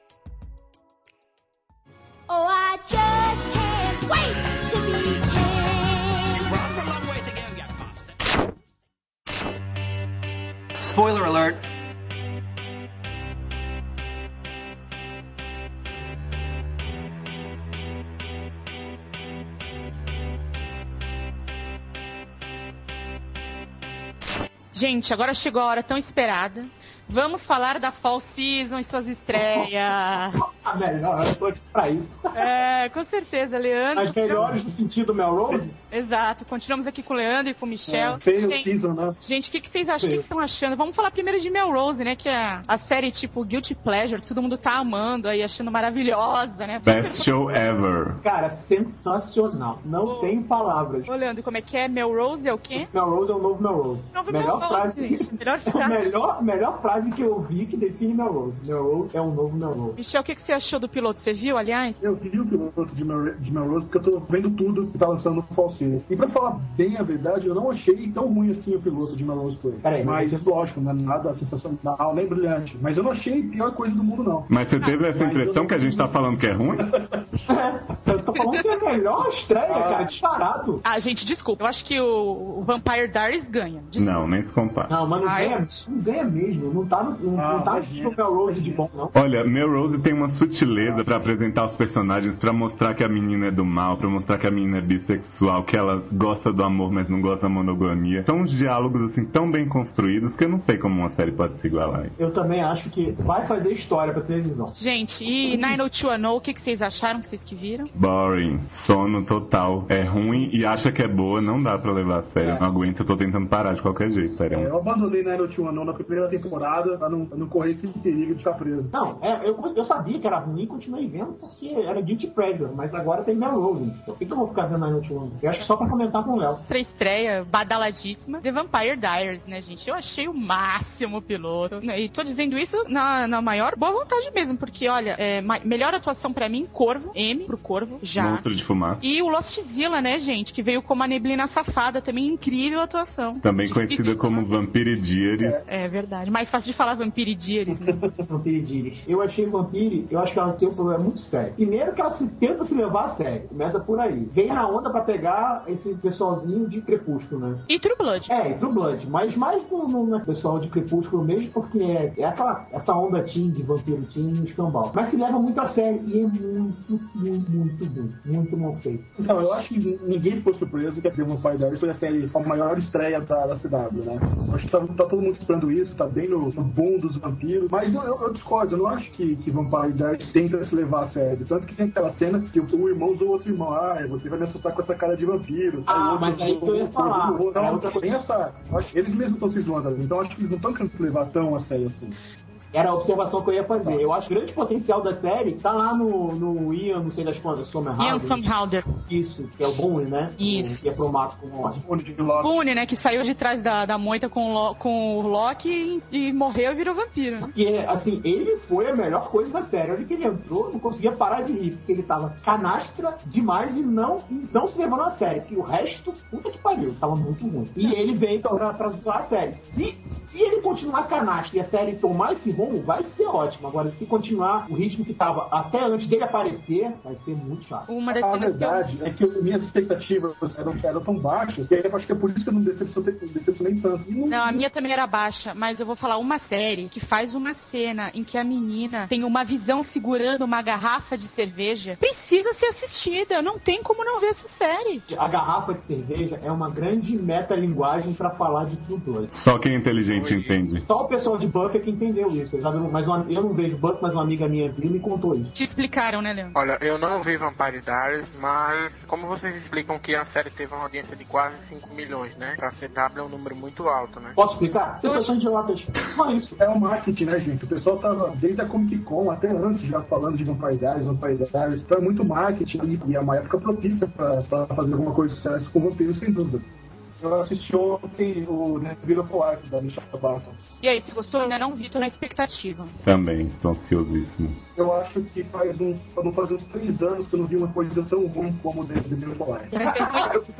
Oh, I just can't wait to be king. You run from my way to get you bastard. Spoiler alert. Gente, agora chegou a hora tão esperada. Vamos falar da Fall Season e suas estreias. A melhor, eu tô aqui pra isso. Com certeza, Leandro. As melhores do sentido Melrose? Exato, continuamos aqui com o Leandro e com o Michel. Season, né? Gente, o que vocês acham? O que vocês estão achando? Vamos falar primeiro de Melrose, né? Que é a série tipo Guilty Pleasure, que todo mundo tá amando aí, achando maravilhosa, né? Best show ever. Cara, sensacional. Não tem palavras. Ô, Leandro, como é que é? Melrose é o quê? Melrose é o novo Melrose. Melhor frase. Melhor frase frase que eu ouvi que define Melrose. Melrose é um novo Melrose. Michel, o que você achou do piloto? Você viu, aliás? Eu vi o piloto de Melrose porque eu tô vendo tudo que tá lançando no Fall 6. E pra falar bem a verdade, eu não achei tão ruim assim o piloto de Melrose Place. Mas, lógico, não é nada sensacional, nem brilhante. Mas eu não achei a pior coisa do mundo, não. Mas você teve essa impressão que a gente tá falando que é ruim? Eu tô falando que é a melhor estreia, cara, disparado. Ah, gente, desculpa. Eu acho que o Vampire Diaries ganha. Desculpa. Não, nem se compara. Não, mas não ganha mesmo. Não tá no Melrose de bom, não. Olha, Melrose tem uma sutileza pra apresentar os personagens, pra mostrar que a menina é do mal, pra mostrar que a menina é bissexual, que ela gosta do amor, mas não gosta da monogamia. São uns diálogos, assim, tão bem construídos que eu não sei como uma série pode se igualar. Eu também acho que vai fazer história pra televisão. Gente, e 90210, o que vocês acharam, vocês que viram? Boring, sono total. É ruim e acha que é boa, não dá pra levar a sério. Não aguento, eu tô tentando parar de qualquer jeito, sério. Eu abandonei 90210 na primeira temporada pra não correr esse perigo de ficar preso. Não, eu sabia que era ruim e continuei vendo porque era Guilty Pleasure, mas agora tem Melrose. Por que eu vou ficar vendo 90210? Eu acho que só pra comentar com o Léo. Outra estreia badaladíssima, The Vampire Diaries, né, gente? Eu achei o máximo o piloto. E tô dizendo isso na maior boa vontade mesmo, porque, olha, melhor atuação pra mim, Corvo, M pro Corvo, já. Monstro de fumaça. E o Lostzilla, né, gente? Que veio como a Neblina Safada, também incrível atuação. Também conhecida como Vampire Diaries. É verdade. Mais fácil de falar Vampire Diaries, né? Vampire Diaries. Eu achei Vampire, eu acho que ela tem um problema muito sério. Primeiro que ela tenta se levar a sério. Começa por aí. Vem na onda pra pegar esse pessoalzinho de Crepúsculo, né? E True Blood. E True Blood. Mas mais no pessoal de Crepúsculo mesmo, porque é essa onda teen de vampiro teen escambau. Mas se leva muito a sério e é muito bom. Muito mal feito. Então, eu acho que ninguém ficou surpreso que a The Vampire Diaries foi a maior estreia da CW, né? Eu acho que tá todo mundo esperando isso, tá bem no boom dos vampiros. Mas eu discordo, eu não acho que Vampire Diaries tenta se levar a sério. Tanto que tem aquela cena que o irmão zoou outro irmão. Você vai me assustar com essa cara de vampiro. Mas aí que eu ia falar. Eu acho que eles mesmos estão se zoando ali. Então eu acho que eles não estão querendo se levar tão a sério assim. Era a observação que eu ia fazer. Eu acho que o grande potencial da série tá lá no Ian, não sei das quantas, Ian Somerhalder. Isso, que é o Boone, né? Isso. Que é pro mato com o Boone, né? Que saiu de trás da moita com o Loki e morreu e virou vampiro, né? Porque, assim, ele foi a melhor coisa da série. Onde que ele entrou, não conseguia parar de rir, porque ele tava canastra demais e não se levando a sério. Porque o resto, puta que pariu, tava muito ruim. E ele veio pra zoar a série. Se ele continuar canastra e a série tomar esse rumo, vai ser ótimo. Agora, se continuar o ritmo que tava até antes dele aparecer, vai ser muito chato. Uma das cenas verdade é que minhas expectativas eram tão baixas, e aí eu acho que é por isso que eu não decepcionei tanto. Não, a minha também era baixa, mas eu vou falar uma série que faz uma cena em que a menina tem uma visão segurando uma garrafa de cerveja. Precisa ser assistida, não tem como não ver essa série. A garrafa de cerveja é uma grande metalinguagem pra falar de tudo. Só quem é inteligente entende. Só o pessoal de Buffy que entendeu isso. Eu não vejo Buffy, mas uma amiga minha viu e me contou isso. Te explicaram, né, Leandro? Olha, eu não vi Vampire Diaries, mas como vocês explicam que a série teve uma audiência de quase 5 milhões, né? Pra CW é um número muito alto, né? Posso explicar? Pessoas são idiotas. Só isso. É um marketing, né, gente? O pessoal tava desde a Comic Con, até antes, já falando de Vampire Diaries. Então é muito marketing e é uma época propícia pra fazer alguma coisa de sucesso com vampiros, sem dúvida. Eu assisti ontem o Neville of Life, da Michelle Barton. E aí, você gostou? Eu ainda não vi, tô na expectativa. Também, estou ansiosíssimo. Eu acho que faz uns 3 anos que eu não vi uma coisa tão ruim como o Neville of Life.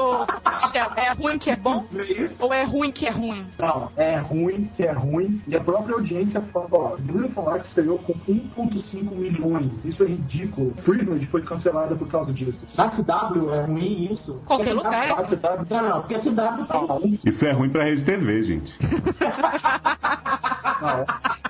Mas é ruim que é bom? Ou é ruim que é ruim? Não, é ruim que é ruim. E a própria audiência fala, Neville of Life estreou com 1,5 milhões. Isso é ridículo. Privilege foi cancelada por causa disso. Na CW é ruim isso? Qualquer lugar. Na CW, não, porque a CW tem... Isso é ruim pra Rede TV, gente. Não.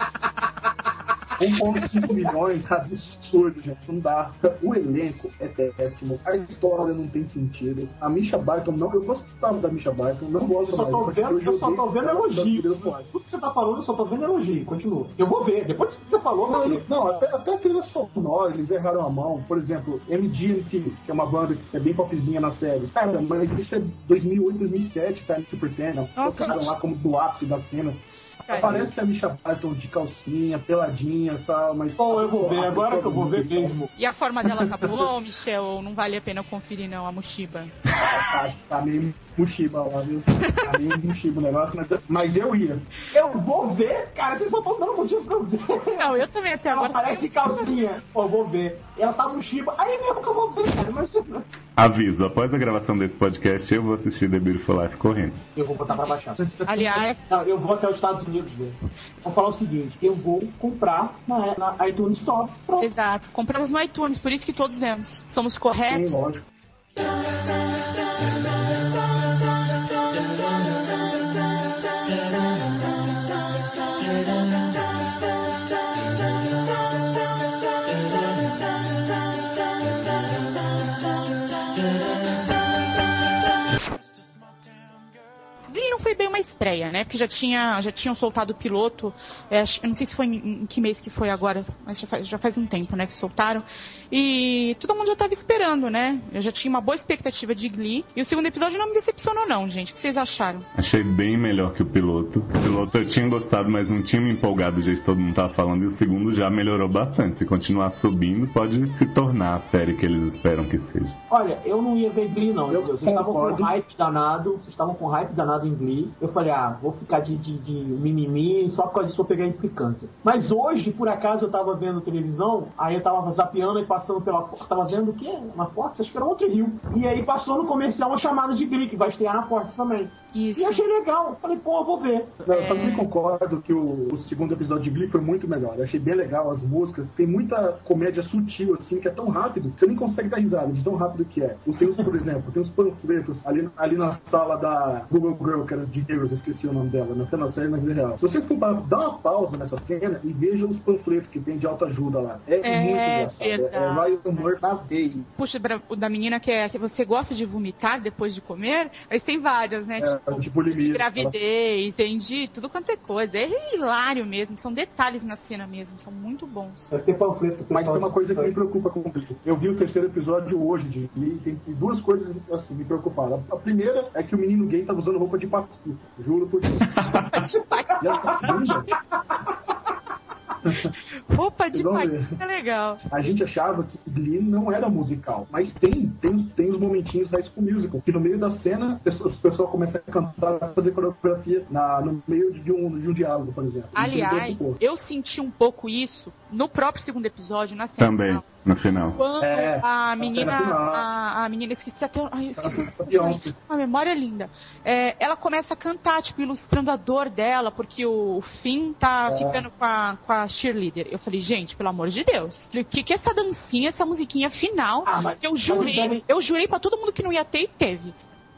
1,5 milhões, absurdo, gente, não dá. O elenco é péssimo, a história não tem sentido. A Misha Barton, eu gostava da Misha Barton, não gosto mais. Eu só tô vendo elogio. Tudo que você tá falando, eu só tô vendo elogio. Continua. Eu vou ver, depois que você falou, até a trilha sonora, eles erraram a mão. Por exemplo, MGMT, que é uma banda que é bem popzinha na série. Cara, mas isso é 2008, 2007, tá? Super Tenor. Tocaram lá como do ápice da cena. pra Parece a Misha Barton de calcinha, peladinha, sabe? Mas... eu vou ver, agora que eu vou ver mesmo. E a forma dela tá boa, Michel? Não vale a pena conferir, não, a Mushiba. Tá meio Mushiba lá, viu? Tá meio Mushiba o negócio, mas eu ia. Eu vou ver, cara, vocês só estão dando motivo pra eu ver. Não, eu também até agora... Ela parece calcinha. Eu vou ver. Ela tá no Shiba, aí mesmo que eu vou ver, cara. Mas... Aviso, após a gravação desse podcast, eu vou assistir The Beautiful Life correndo. Eu vou botar pra baixar. Aliás... Não, eu vou até os Estados Unidos ver. Vou falar o seguinte, eu vou comprar na iTunes Store. Pronto. Exato, compramos no iTunes, por isso que todos vemos. Somos corretos? Sim, lógico. Glee não foi bem uma estreia, né? Porque já tinham soltado o piloto. Eu não sei se foi em que mês que foi agora, mas já faz um tempo, né, que soltaram. E todo mundo já tava esperando, né? Eu já tinha uma boa expectativa de Glee. E o segundo episódio não me decepcionou, não, gente. O que vocês acharam? Achei bem melhor que o piloto. O piloto eu tinha gostado, mas não tinha me empolgado do jeito que todo mundo tava falando. E o segundo já melhorou bastante. Se continuar subindo, pode se tornar a série que eles esperam que seja. Olha, eu não ia ver Glee, não. Vocês estavam com hype danado. Vocês estavam com hype danado em Glee. Eu falei, vou ficar de mimimi só por causa disso eu pegar implicância. Mas hoje, por acaso, eu tava vendo televisão, aí eu tava zapeando e passando pela... Tava vendo o quê? Na Fox? Acho que era outro Rio. E aí passou no comercial uma chamada de Glee, que vai estrear na Fox também. Isso. E achei legal. Falei, eu vou ver. Eu também concordo que o segundo episódio de Glee foi muito melhor. Eu achei bem legal as músicas. Tem muita comédia sutil, assim, que é tão rápido, você nem consegue dar risada de tão rápido que é. Por exemplo, tem uns panfletos ali na sala da Google Girl, que era de Deus, esqueci o nome dela, não foi na série, mas na real. Se você for dar uma pausa nessa cena e veja os panfletos que tem de autoajuda lá. É muito engraçado. É Ryan Murphy na veia. Puxa, o da menina que você gosta de vomitar depois de comer, mas tem várias, né? Tipo limite, de gravidez, tem de tudo quanto é coisa. É hilário mesmo, são detalhes na cena mesmo, são muito bons. Vai ter panfleto. Mas tem uma coisa que me preocupa com o Glee. Eu vi o terceiro episódio hoje de Glee, tem duas coisas assim me preocuparam. A primeira é que o menino gay tava usando roupa de paquito. Juro por Deus. E a segunda... Roupa de paquita é legal. A gente achava que Glee não era musical, mas tem os momentinhos da High School Musical, que no meio da cena o pessoal começa a cantar, fazer coreografia no meio de um diálogo, por exemplo. Aliás, eu senti um pouco isso no próprio segundo episódio, na cena também. final. No final. Quando a menina, esqueci até. Uma memória linda. Ela começa a cantar, tipo, ilustrando a dor dela, porque o Finn tá ficando com a cheerleader. Eu falei, gente, pelo amor de Deus. O que é essa dancinha, essa musiquinha final? Que eu jurei pra todo mundo que não ia ter e teve.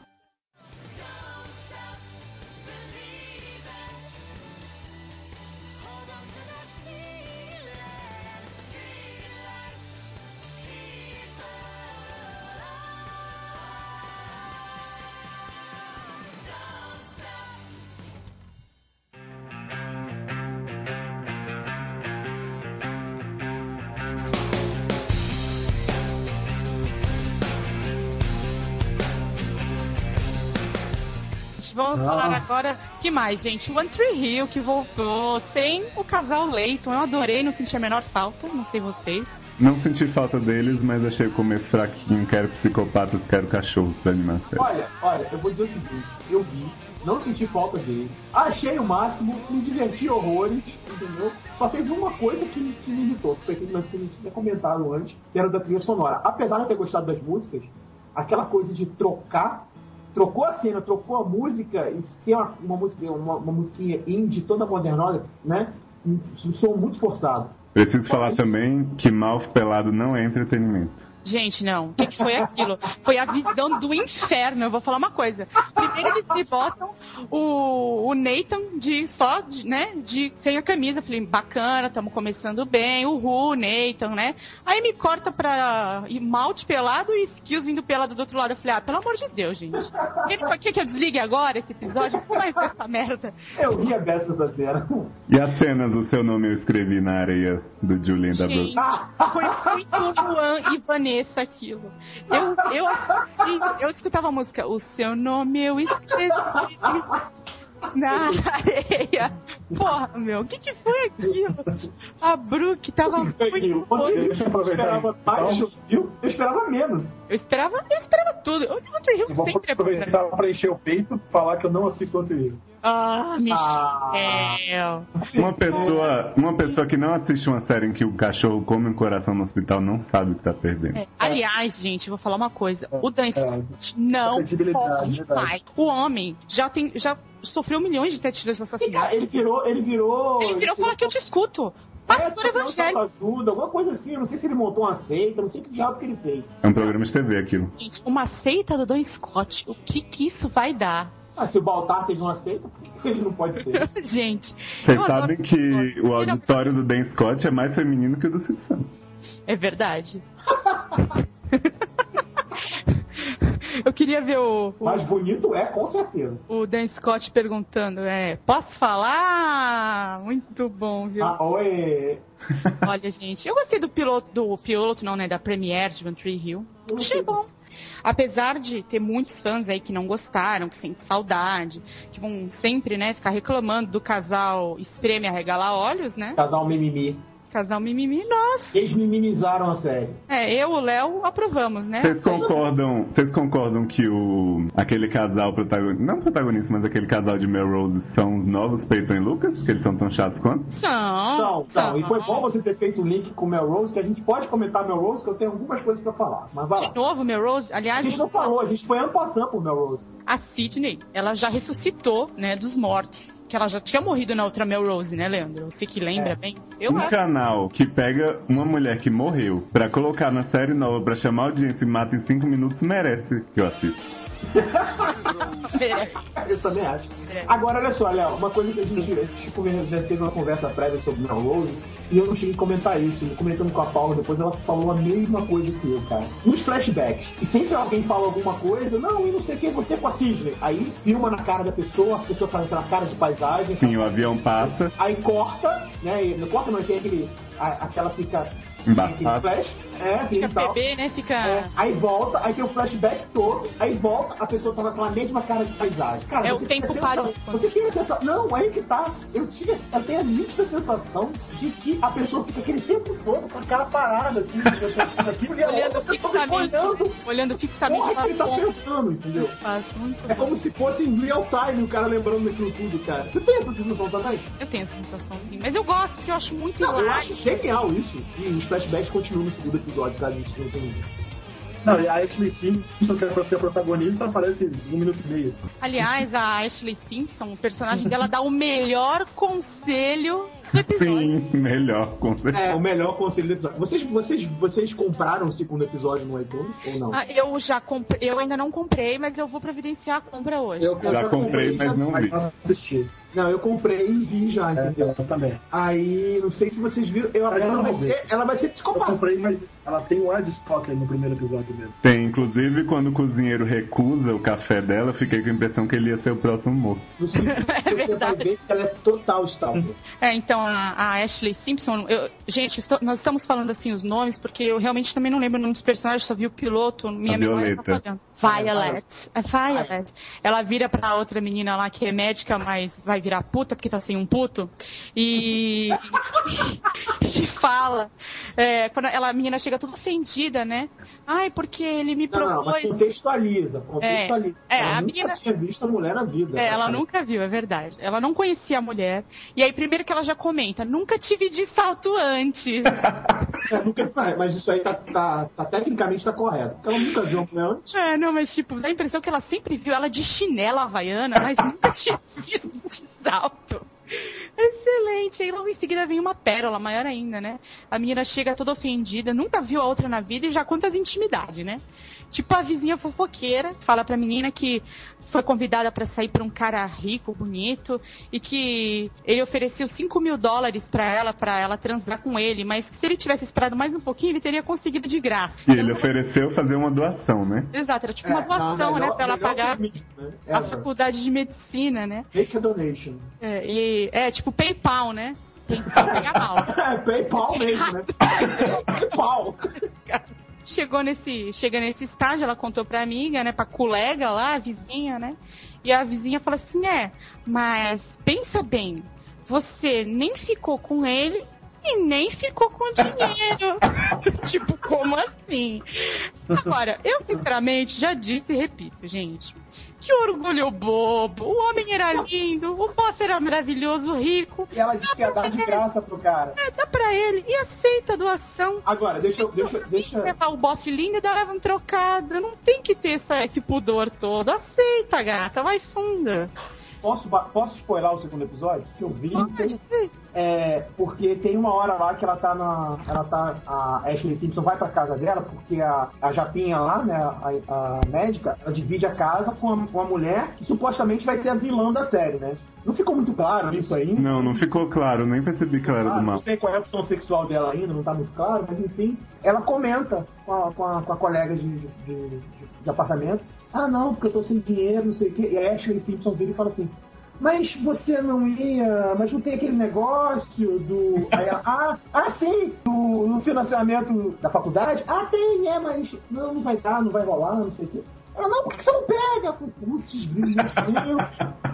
Vamos falar agora, que mais, gente? One Tree Hill, que voltou sem o casal Leighton. Eu adorei, não senti a menor falta, não sei vocês. Não senti falta deles, mas achei o começo fraquinho. Quero psicopatas, quero cachorros pra animar a série. Olha, eu vou dizer o seguinte, eu vi, não senti falta deles, achei o máximo, me diverti horrores, entendeu? Só teve uma coisa que me irritou, que foi aquele lance que a gente tinha comentado antes, que era da trilha sonora. Apesar de eu ter gostado das músicas, aquela coisa de trocou a cena, trocou a música e ser uma musiquinha indie toda modernosa, né? Soou muito forçado. Preciso falar também que Mouth pelado não é entretenimento. Gente, não. O que foi aquilo? Foi a visão do inferno. Eu vou falar uma coisa. Primeiro eles me botam o Nathan sem a camisa. Falei, bacana, estamos começando bem. Uhul, Nathan, né? Aí me corta pra Mouth pelado e Skills vindo pelado do outro lado. Eu falei, pelo amor de Deus, gente. Quer que eu desligue agora esse episódio? Como é que foi essa merda? Eu ria dessa cena. E as cenas, o seu nome eu escrevi na areia do Julian da Brooke. Foi muito Luan e Vanessa aquilo. Eu assisti, eu escutava a música, o seu nome eu escrevi. na areia. Porra, meu, o que foi aquilo? A Brooke tava muito Deixa eu aproveitar. Eu esperava menos. Eu esperava tudo. O One Tree Hill Eu vou sempre é aproveitar pra encher o peito e falar que eu não assisto One Tree Hill. Ah, Michel. Uma pessoa que não assiste uma série em que o cachorro come um coração no hospital não sabe o que tá perdendo. Aliás, gente, vou falar uma coisa. O Dan Scott não corre mais. O homem já sofreu milhões de tentativas de assassinato. Ele virou Fala que eu te escuto. Pastor evangélico. Ajuda, alguma coisa assim. Eu não sei se ele montou uma seita, não sei que diabo que ele fez. É um programa de TV aquilo. Gente, uma seita do Dan Scott. O que isso vai dar? Se o Baltar teve uma seita, por que ele não pode ter? Gente, vocês sabem que o auditório do Dan Scott é mais feminino que o do Silvio Santos. É verdade. Eu queria ver mais bonito com certeza. O Dan Scott perguntando, posso falar? Muito bom, viu? Oi. Olha, gente, eu gostei do piloto não, né, da Premiere de One Tree Hill. Achei bom. Apesar de ter muitos fãs aí que não gostaram, que sentem saudade, que vão sempre, né, ficar reclamando do casal Espreme Arregala Olhos, né? Casal mimimi. Nossa. Eles mimimizaram a série. Eu e o Léo aprovamos, né? Vocês concordam que aquele casal protagonista, não protagonista, mas aquele casal de Melrose são os novos Peyton e Lucas? Que eles são tão chatos quanto? São. E foi bom você ter feito o link com Melrose, que a gente pode comentar Melrose, que eu tenho algumas coisas pra falar. Mas vai lá. De novo, Melrose? Aliás, a gente não falou, a gente foi ano passando por Melrose. A Sydney, ela já ressuscitou, né, dos mortos. Que ela já tinha morrido na outra Melrose, né, Leandro? Você que lembra bem. Canal que pega uma mulher que morreu pra colocar na série nova pra chamar a audiência e mata em 5 minutos merece que eu assisto. Eu também acho. Agora, olha só, Léo, uma coisa que a gente já teve uma conversa prévia sobre Melrose e eu não cheguei a comentar isso. Comentando com a Paula, depois ela falou a mesma coisa que eu, cara. Nos flashbacks, e sempre alguém fala alguma coisa, não, e não sei o que, você com a Sidney. Aí filma na cara da pessoa, a pessoa faz aquela cara de paisagem. Sim, o avião passa. Aí corta, né? Não corta, não, tem aquela fica. Embaçado. Flash, fica bebê, né? Aí volta, aí tem o flashback todo, aí volta, a pessoa tá naquela mesma cara de paisagem. Cara, o tempo parou. Você tem a sensação. Não, aí que tá. Eu tenho a nítida sensação de que a pessoa fica aquele tempo todo com a cara parada, assim, olhando fixamente pra ele tá pensando, entendeu? É como se fosse em real time o cara lembrando daquilo tudo, cara. Você tem essa sensação também? Eu tenho essa sensação, sim. Mas eu gosto, porque eu acho muito hilário. Eu acho genial isso. E os flashbacks continuam no segundo episódio, caso a gente não tenha. Não, e a Ashley Simpson, que é pra ser a protagonista, aparece em 1 minuto e meio. Aliás, a Ashley Simpson, o personagem dela dá o melhor conselho do episódio. Sim, melhor conselho. O melhor conselho do episódio. Vocês compraram o segundo episódio no iTunes ou não? Eu já comprei, eu ainda não comprei, mas eu vou providenciar a compra hoje. Eu já comprei, mas não vi. Assisti. Não, eu comprei e vi já, entendeu? Eu também. Aí, não sei se vocês viram. Ela vai ser psicopata. Eu comprei, mas ela tem o ar de Stalker no primeiro episódio mesmo. Tem, inclusive quando o cozinheiro recusa o café dela, eu fiquei com a impressão que ele ia ser o próximo morto. Você vai ver que ela é total Stalker. Então, a Ashley Simpson, gente, nós estamos falando assim os nomes, porque eu realmente também não lembro o nome dos personagens, só vi o piloto, minha memória tá falhando. Violet. Ela vira pra outra menina lá que é médica, mas vai virar puta porque tá sem um puto. E fala. Quando a menina chega toda ofendida, né? Ai, porque ele me propôs. Não, mas contextualiza. A menina nunca tinha visto a mulher na vida. Ela nunca viu, é verdade. Ela não conhecia a mulher. E aí, primeiro que ela já comenta, nunca tive de salto antes. Mas isso aí tecnicamente tá correto. Porque ela nunca viu a mulher antes. Não, mas tipo, dá a impressão que ela sempre viu ela de chinela havaiana, mas nunca tinha visto de salto. Excelente. Aí logo em seguida vem uma pérola, maior ainda, né? A menina chega toda ofendida, nunca viu a outra na vida e já conta as intimidades, né? Tipo a vizinha fofoqueira, fala pra menina que foi convidada pra sair pra um cara rico, bonito, e que ele ofereceu $5 mil pra ela transar com ele, mas que se ele tivesse esperado mais um pouquinho, ele teria conseguido de graça. E ele ofereceu fazer uma doação, né? Exato, era tipo uma doação, né? Pra ela pagar a faculdade de medicina, né? Make a donation. Tipo PayPal, né? PayPal pega mal. PayPal mesmo, né? PayPal. chega nesse estágio, ela contou pra amiga, né, pra colega lá, a vizinha, né, e a vizinha fala assim, mas pensa bem, você nem ficou com ele e nem ficou com o dinheiro. Tipo, como assim? Agora, eu sinceramente já disse e repito, gente, que orgulho bobo, o homem era lindo, o bofe era maravilhoso, rico. E ela disse que ia dar de graça pro cara. Dá pra ele e aceita a doação. Agora, deixa. Levar o bofe lindo e dar leva um trocado. Não tem que ter esse pudor todo. Aceita, gata, vai funda. Posso spoiler o segundo episódio? Que eu vi. Porque tem uma hora lá que a Ashley Simpson vai pra casa dela, porque a Japinha lá, né, a médica, ela divide a casa com uma mulher que supostamente vai ser a vilã da série, né? Não ficou muito claro isso ainda? Não ficou claro, nem percebi que ela era do mal. Não sei qual é a opção sexual dela ainda, não tá muito claro, mas enfim, ela comenta com a colega de apartamento, não, porque eu tô sem dinheiro, não sei o quê, e a Ashley Simpson vira e fala assim, mas você não ia, mas não tem aquele negócio do... Aí ela, sim, do financiamento da faculdade? Tem, mas não vai dar, não vai rolar, não sei o quê. Ela, não, por que você não pega? Putz, meu Deus.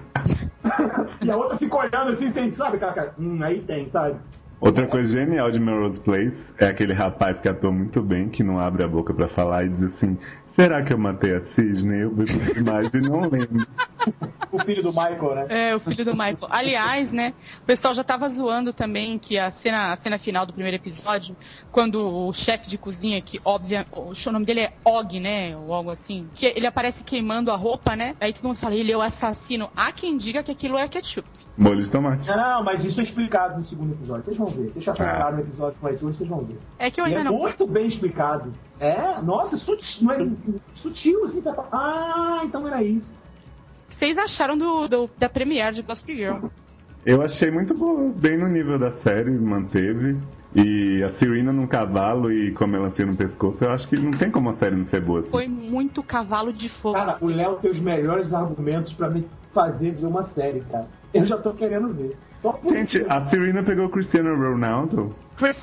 E a outra fica olhando assim, sem, sabe, cara, aí tem, sabe? Outra coisa genial de Melrose Place é aquele rapaz que atua muito bem, que não abre a boca pra falar e diz assim, será que eu matei a Sidney? Eu bebi demais e não lembro. O filho do Michael, né? O filho do Michael. Aliás, né, o pessoal já tava zoando também que a cena final do primeiro episódio, quando o chefe de cozinha, que o nome dele é Og, né, ou algo assim, que ele aparece queimando a roupa, né, aí todo mundo fala, ele é o assassino. Há quem diga que aquilo é ketchup. Molho de tomate. Não, mas isso é explicado no segundo episódio. Vocês vão ver. Vocês já falaram no episódio com o Arthur, vocês vão ver. É que eu ainda não... muito bem explicado. Nossa, sutil, não é sutil, assim, você fala, então era isso. Vocês acharam da premiere de Gossip Girl? Eu achei muito boa, bem no nível da série, manteve. E a Serena num cavalo e com a melancia no pescoço, eu acho que não tem como a série não ser boa assim. Foi muito cavalo de fogo. Cara, o Léo tem os melhores argumentos pra me fazer ver uma série, cara. Eu já tô querendo ver. Gente, a Serena pegou o Cristiano Ronaldo.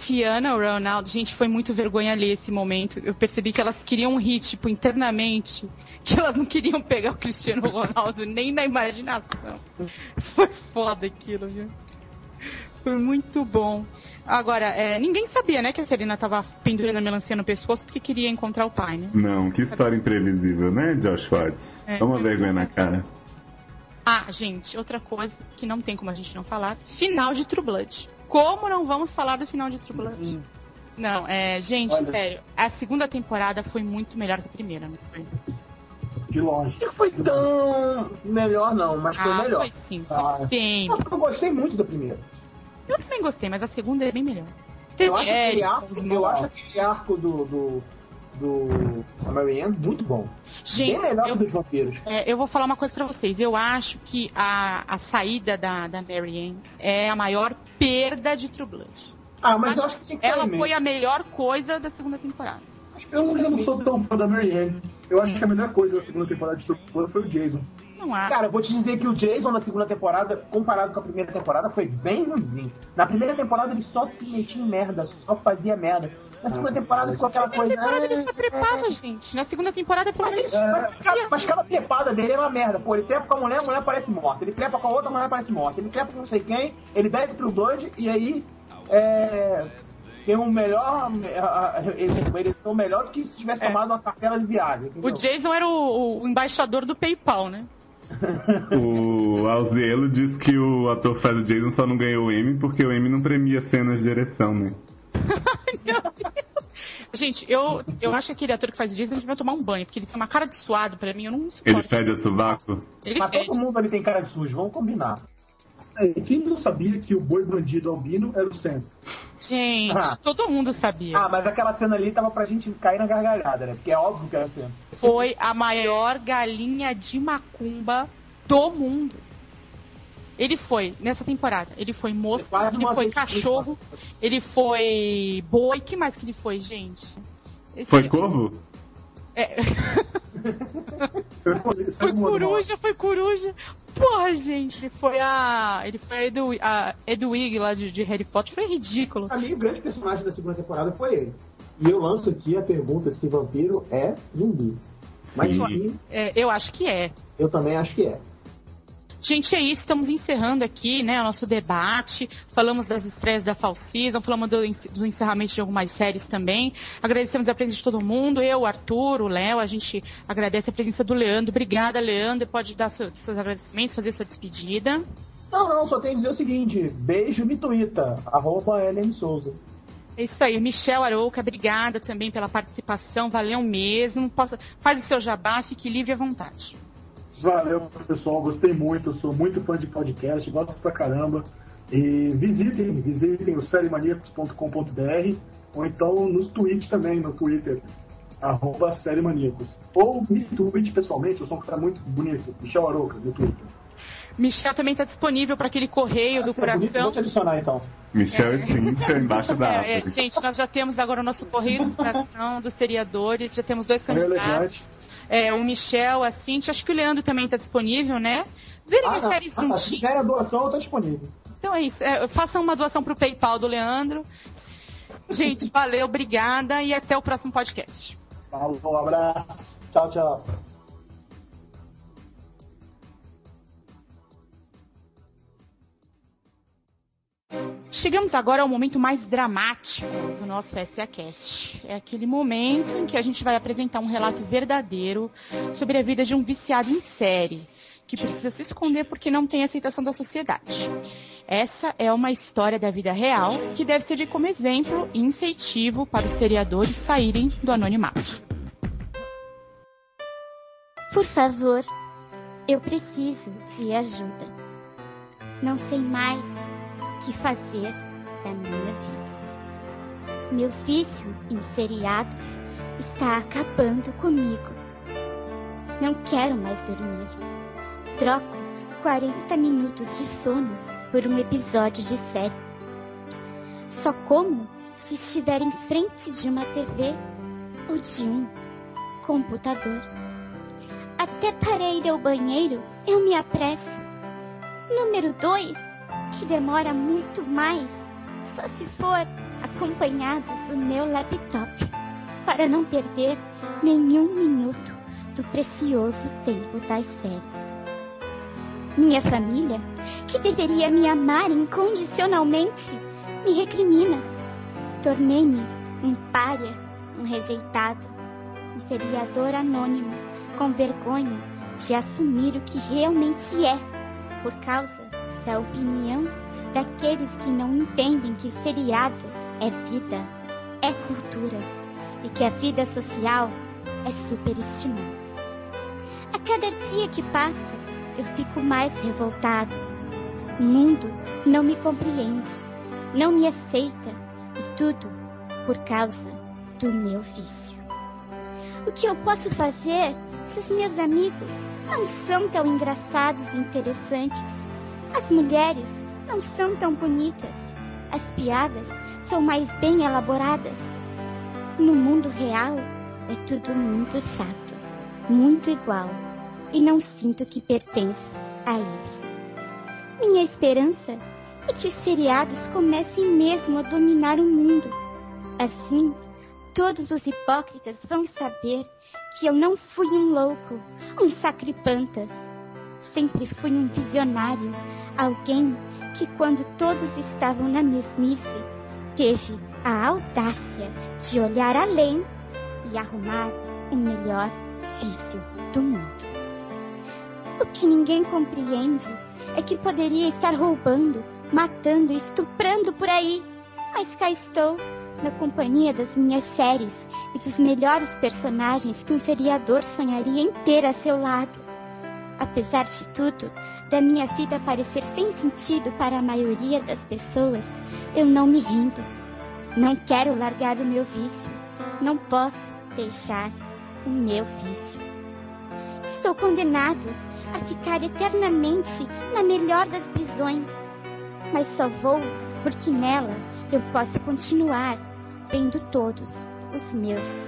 Gente, foi muito vergonha ler esse momento. Eu percebi que elas queriam rir, tipo, internamente, que elas não queriam pegar o Cristiano Ronaldo nem na imaginação. Foi foda aquilo, viu? Foi muito bom. Agora, ninguém sabia, né, que a Serena tava pendurando a melancia no pescoço porque queria encontrar o pai, né? Não, que história imprevisível, né, Josh Schwartz? Toma vergonha na cara. Gente, outra coisa que não tem como a gente não falar, final de True Blood. Como não vamos falar do final de True Blood? Não, gente, olha, sério, a segunda temporada foi muito melhor que a primeira, não foi? De longe. Não foi tão melhor não, mas foi melhor. Foi sim, foi bem. Eu gostei muito da primeira. Eu também gostei, mas a segunda é bem melhor. Eu acho aquele arco do Marianne muito bom. Gente, bem melhor dos vampiros. Eu vou falar uma coisa pra vocês. Eu acho que a saída da Marianne é a maior perda de True Blood. Mas eu acho que tinha que ela foi a melhor coisa da segunda temporada. Eu não sou tão fã da Marianne. Eu acho que a melhor coisa da segunda temporada de True Blood foi o Jason. Não acho. Cara, eu vou te dizer que o Jason na segunda temporada, comparado com a primeira temporada, foi bem ruimzinho. Na primeira temporada ele só se metia em merda, só fazia merda. Na segunda temporada ficou aquela coisa... Na segunda temporada ele só trepava, gente. Na segunda temporada, pelo menos... Mas cada trepada dele é uma merda. Pô, ele trepa com a mulher parece morta. Ele trepa com a outra, a mulher parece morta. Ele trepa com não sei quem, ele bebe pro Blood e aí... tem um melhor... Eles são melhor do que se tivesse tomado uma cartela de viagem. Entendeu? O Jason era o embaixador do PayPal, né? O Alzielo diz que o ator que faz o Jason só não ganhou o Emmy porque o Emmy não premia cenas de direção, né? Ai, meu Deus. Gente, eu acho que aquele ator que faz o Jason devia tomar um banho, porque ele tem uma cara de suado pra mim, eu não suporto. Ele fede a sovaco? Mas todo mundo ali tem cara de sujo, vamos combinar. Quem não sabia que o boi bandido albino era o Sam? Gente, todo mundo sabia. Mas aquela cena ali tava pra gente cair na gargalhada, né? Porque é óbvio que era o Sam. Foi a maior galinha de macumba do mundo. Ele foi, nessa temporada, ele foi mosca, ele foi cachorro, ele foi boi, que mais que ele foi, gente? Foi corvo? Foi coruja. Porra, gente, ele foi a Edwig lá de Harry Potter, foi ridículo. Pra mim, o grande personagem da segunda temporada foi ele. E eu lanço aqui a pergunta se vampiro é zumbi. Mas pra mim, eu acho que é. Eu também acho que é. Gente, é isso, estamos encerrando aqui, né, o nosso debate, falamos das estreias da Fall Season, falamos do encerramento de algumas séries também, agradecemos a presença de todo mundo, eu, o Arthur, o Léo, a gente agradece a presença do Leandro. Obrigada, Leandro, pode dar seus agradecimentos, fazer sua despedida. Não, só tenho que dizer o seguinte, beijo, me tuita, @LM Souza. É isso aí, Michel Arouca, obrigada também pela participação, valeu mesmo, faz o seu jabá, fique livre à vontade. Valeu, pessoal, gostei muito, sou muito fã de podcast, gosto pra caramba. E visitem o seriemaníacos.com.br ou então nos tweets também, no Twitter, @seriemaníacos. Ou me tweet pessoalmente, eu sou um cara muito bonito, Michel Arouca, no Twitter. Michel também está disponível para aquele correio do coração. Vou te adicionar então. Michel e Cíntia embaixo da árvore. Gente, nós já temos agora o nosso correio do coração dos seriadores, já temos 2 candidatos. O Michel, a Cíntia, acho que o Leandro também está disponível, né? Virem as séries juntinhos. Se quiser a doação, eu tô disponível. Então é isso, façam uma doação pro PayPal do Leandro. Gente, valeu, obrigada e até o próximo podcast. Falou, um abraço. Tchau, tchau. Chegamos agora ao momento mais dramático do nosso SAcast. É aquele momento em que a gente vai apresentar um relato verdadeiro sobre a vida de um viciado em série, que precisa se esconder porque não tem aceitação da sociedade. Essa é uma história da vida real que deve servir como exemplo e incentivo para os seriadores saírem do anonimato. Por favor, eu preciso de ajuda. Não sei mais o que fazer da minha vida. Meu vício em seriados está acabando comigo. Não quero mais dormir. Troco 40 minutos de sono por um episódio de série. Só como se estiver em frente de uma TV ou de um computador. Até para ir ao banheiro eu me apresso. Número 2, que demora muito mais, só se for acompanhado do meu laptop, para não perder nenhum minuto do precioso tempo das séries. Minha família, que deveria me amar incondicionalmente, me recrimina. Tornei-me um pária, um rejeitado, um seriador anônimo, com vergonha de assumir o que realmente é, por causa da opinião daqueles que não entendem que seriado é vida, é cultura, e que a vida social é superestimada. A cada dia que passa, eu fico mais revoltado. O mundo não me compreende, não me aceita, e tudo por causa do meu vício. O que eu posso fazer se os meus amigos não são tão engraçados e interessantes? As mulheres não são tão bonitas. As piadas são mais bem elaboradas. No mundo real, é tudo muito chato, muito igual, e não sinto que pertenço a ele. Minha esperança é que os seriados comecem mesmo a dominar o mundo. Assim, todos os hipócritas vão saber que eu não fui um louco, um sacripantas. Sempre fui um visionário, alguém que, quando todos estavam na mesmice, teve a audácia de olhar além e arrumar o melhor vício do mundo. O que ninguém compreende é que poderia estar roubando, matando e estuprando por aí, mas cá estou, na companhia das minhas séries e dos melhores personagens que um seriador sonharia em ter a seu lado. Apesar de tudo, da minha vida parecer sem sentido para a maioria das pessoas, eu não me rindo. Não quero largar o meu vício. Não posso deixar o meu vício. Estou condenado a ficar eternamente na melhor das prisões. Mas só vou porque nela eu posso continuar vendo todos os meus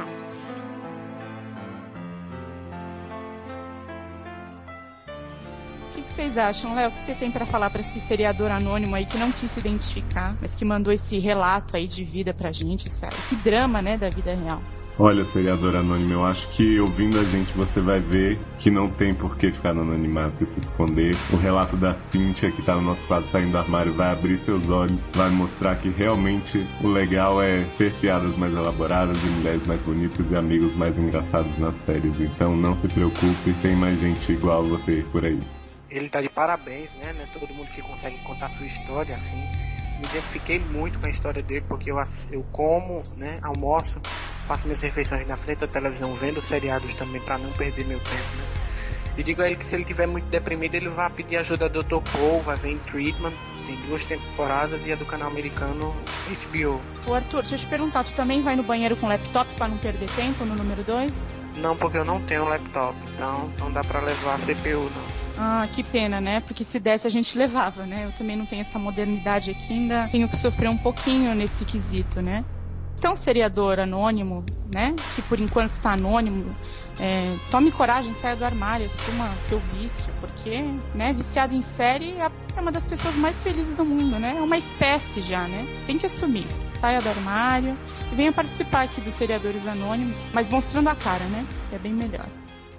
seriados. vocês acham? Léo, o que você tem pra falar pra esse seriador anônimo aí que não quis se identificar, mas que mandou esse relato aí de vida pra gente, esse drama, né, da vida real? Olha, seriador anônimo, eu acho que ouvindo a gente você vai ver que não tem por que ficar no anonimato e se esconder. O relato da Cíntia, que tá no nosso quadro Saindo do Armário, vai abrir seus olhos, vai mostrar que realmente o legal é ter piadas mais elaboradas e mulheres mais bonitas e amigos mais engraçados nas séries. Então não se preocupe, tem mais gente igual a você por aí. Ele tá de parabéns, né? Todo mundo que consegue contar sua história assim. Me identifiquei muito com a história dele, porque eu como, né, almoço, faço minhas refeições na frente da televisão, vendo seriados também para não perder meu tempo, né? E digo a ele que se ele estiver muito deprimido, ele vai pedir ajuda do Dr. Paul, vai ver em Treatment, tem 2 temporadas e é do canal americano HBO. Ô Arthur, deixa eu te perguntar, tu também vai no banheiro com laptop para não perder tempo no número 2? Não, porque eu não tenho laptop, então não dá pra levar a CPU, não. Ah, que pena, né? Porque se desse a gente levava, né? Eu também não tenho essa modernidade aqui, ainda tenho que sofrer um pouquinho nesse quesito, né? Então, seriador anônimo, né? Que por enquanto está anônimo, tome coragem, saia do armário, assuma o seu vício, porque, né, viciado em série é uma das pessoas mais felizes do mundo, né? É uma espécie já, né? Tem que assumir. Saia do armário e venha participar aqui dos seriadores anônimos, mas mostrando a cara, né? Que é bem melhor.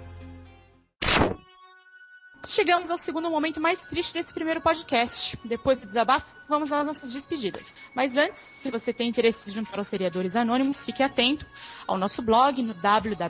Chegamos ao segundo momento mais triste desse primeiro podcast. Depois do desabafo, vamos às nossas despedidas. Mas antes, se você tem interesse em se juntar aos Seriadores Anônimos, fique atento ao nosso blog no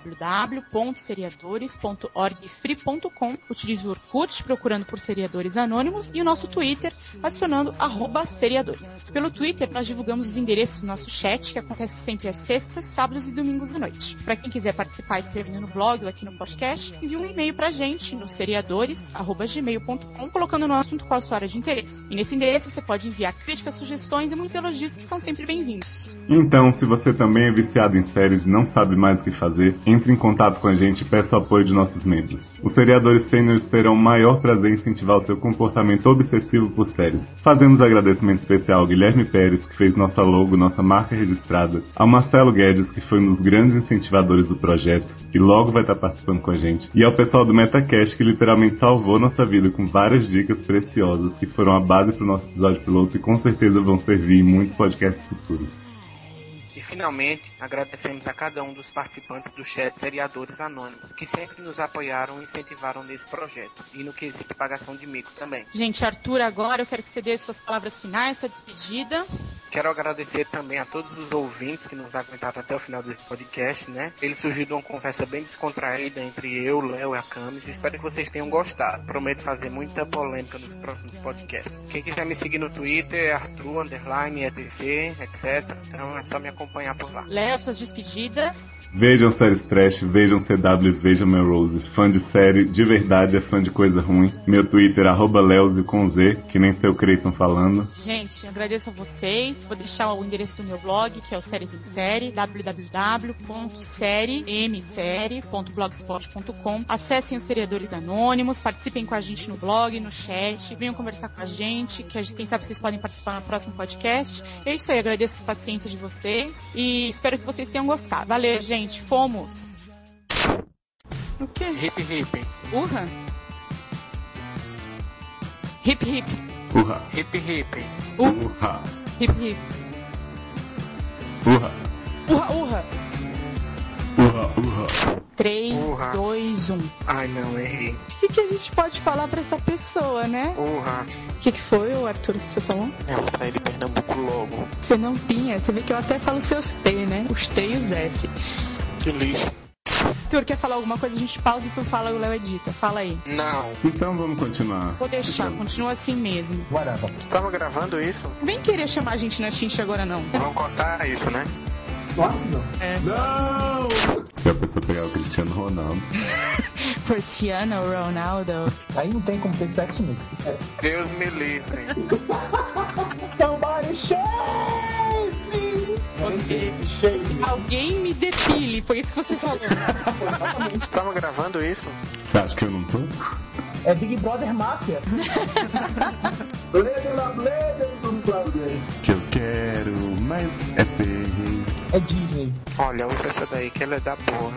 www.seriadores.orgfree.com. Utilize o Orkut procurando por Seriadores Anônimos e o nosso Twitter acionando @seriadores. Pelo Twitter, nós divulgamos os endereços do nosso chat, que acontece sempre às sextas, sábados e domingos à noite. Para quem quiser participar escrevendo no blog ou aqui no podcast, envie um e-mail pra gente no seriadores@gmail.com, colocando no assunto qual a sua área de interesse. E nesse endereço você pode enviar críticas, sugestões e muitos elogios que são sempre bem-vindos. Então, se você também é viciado em séries e não sabe mais o que fazer, entre em contato com a gente e peça o apoio de nossos membros. Os seriadores sêniores terão o maior prazer em incentivar o seu comportamento obsessivo por séries. Fazemos agradecimento especial ao Guilherme Pérez, que fez nossa logo, nossa marca registrada, ao Marcelo Guedes, que foi um dos grandes incentivadores do projeto, que logo vai estar participando com a gente, e ao pessoal do Metacast, que literalmente salvou nossa vida com várias dicas preciosas que foram a base para o nosso episódio piloto e com certeza vão servir em muitos podcasts futuros. E finalmente, agradecemos a cada um dos participantes do chat Seriadores Anônimos, que sempre nos apoiaram e incentivaram nesse projeto, e no quesito pagação de mico também. Gente, Arthur, agora eu quero que você dê suas palavras finais, sua despedida. Quero agradecer também a todos os ouvintes que nos aguentaram até o final desse podcast, né? Ele surgiu de uma conversa bem descontraída entre eu, Léo e a Camis. Espero que vocês tenham gostado. Prometo fazer muita polêmica nos próximos podcasts. Quem quiser me seguir no Twitter é Arthur_ETC, etc. Então é só me acompanhar por lá. Léo, suas despedidas. Vejam séries trash, vejam CWs, vejam Melrose. Fã de série, de verdade é fã de coisa ruim. Meu Twitter, @Leozio com Z, que nem seu Creyson falando. Gente, agradeço a vocês. Vou deixar o endereço do meu blog, que é o Séries em Série, www.seriemsérie.blogspot.com. Acessem os Seriadores Anônimos, participem com a gente no blog, no chat, venham conversar com a gente, que quem sabe vocês podem participar no próximo podcast. É isso aí, agradeço a paciência de vocês e espero que vocês tenham gostado. Valeu, gente, fomos! O quê? Hip hip. Urra? Hip hip. Urra. Hip hip. Urra. Hip hip. Urra. Urra, urra. Urra, urra. 3, Urra. 2, 1. Ai não, errei. O que a gente pode falar pra essa pessoa, né? Urra. O que foi, Arthur, que você falou? Eu vou sair de Pernambuco logo. Você não tinha, você vê que eu até falo seus T, né? Os T e os S. Que lixo. Arthur, quer falar alguma coisa? A gente pausa e tu fala e o Léo edita. Fala aí. Não. Então vamos continuar. Vou deixar, continua assim mesmo. Whatever. Você tava gravando isso? Vem querer chamar a gente na chincha agora, não. Vamos cortar isso, né? Claro que não. É. Não! Se a pessoa pegar o Cristiano Ronaldo. Cristiano Ronaldo. Aí não tem como ter sexo mesmo. Deus me livre. Somebody shave me! Alguém me depile, foi isso que você falou. Você tava gravando isso? Você acha que eu não tô? É Big Brother Máfia. Blade, la blade, do Claudio. Que eu quero mas é feio. É Disney. Olha, usa essa daí que ela é da boa.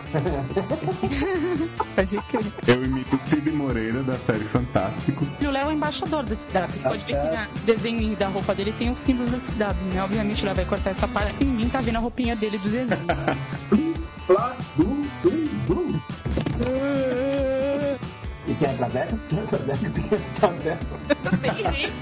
Pode crer. Eu imito o Cid Moreira da série Fantástico. E o Léo é embaixador da cidade. Você pode ver que no desenho da roupa dele tem o símbolo da cidade, né? Obviamente o Léo vai cortar essa parte e ninguém tá vendo a roupinha dele do desenho. E quem é Traveco? Quem é Traveco? Quem é Traveco? Sei.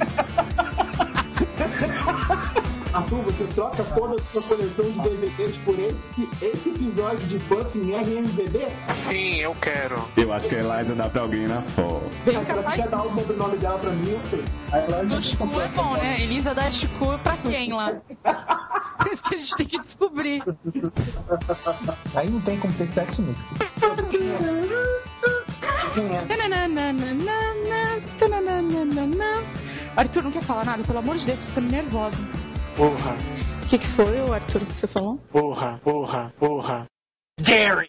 Arthur, você troca toda a sua coleção de DVDs por esse episódio de Puff em RMVB? Sim, eu quero. Eu acho que a Eliza dá pra alguém na foto. Bem Mas se ela capaz. quer dar o sobrenome dela pra mim, eu sei. O Chico é bom, né? Elisa da Chico pra quem lá? Isso que a gente tem que descobrir. Aí não tem como ter sexo mesmo. Arthur não quer falar nada, pelo amor de Deus, tô ficando nervosa. Porra, O que foi, Arthur, que você falou? porra. Gary!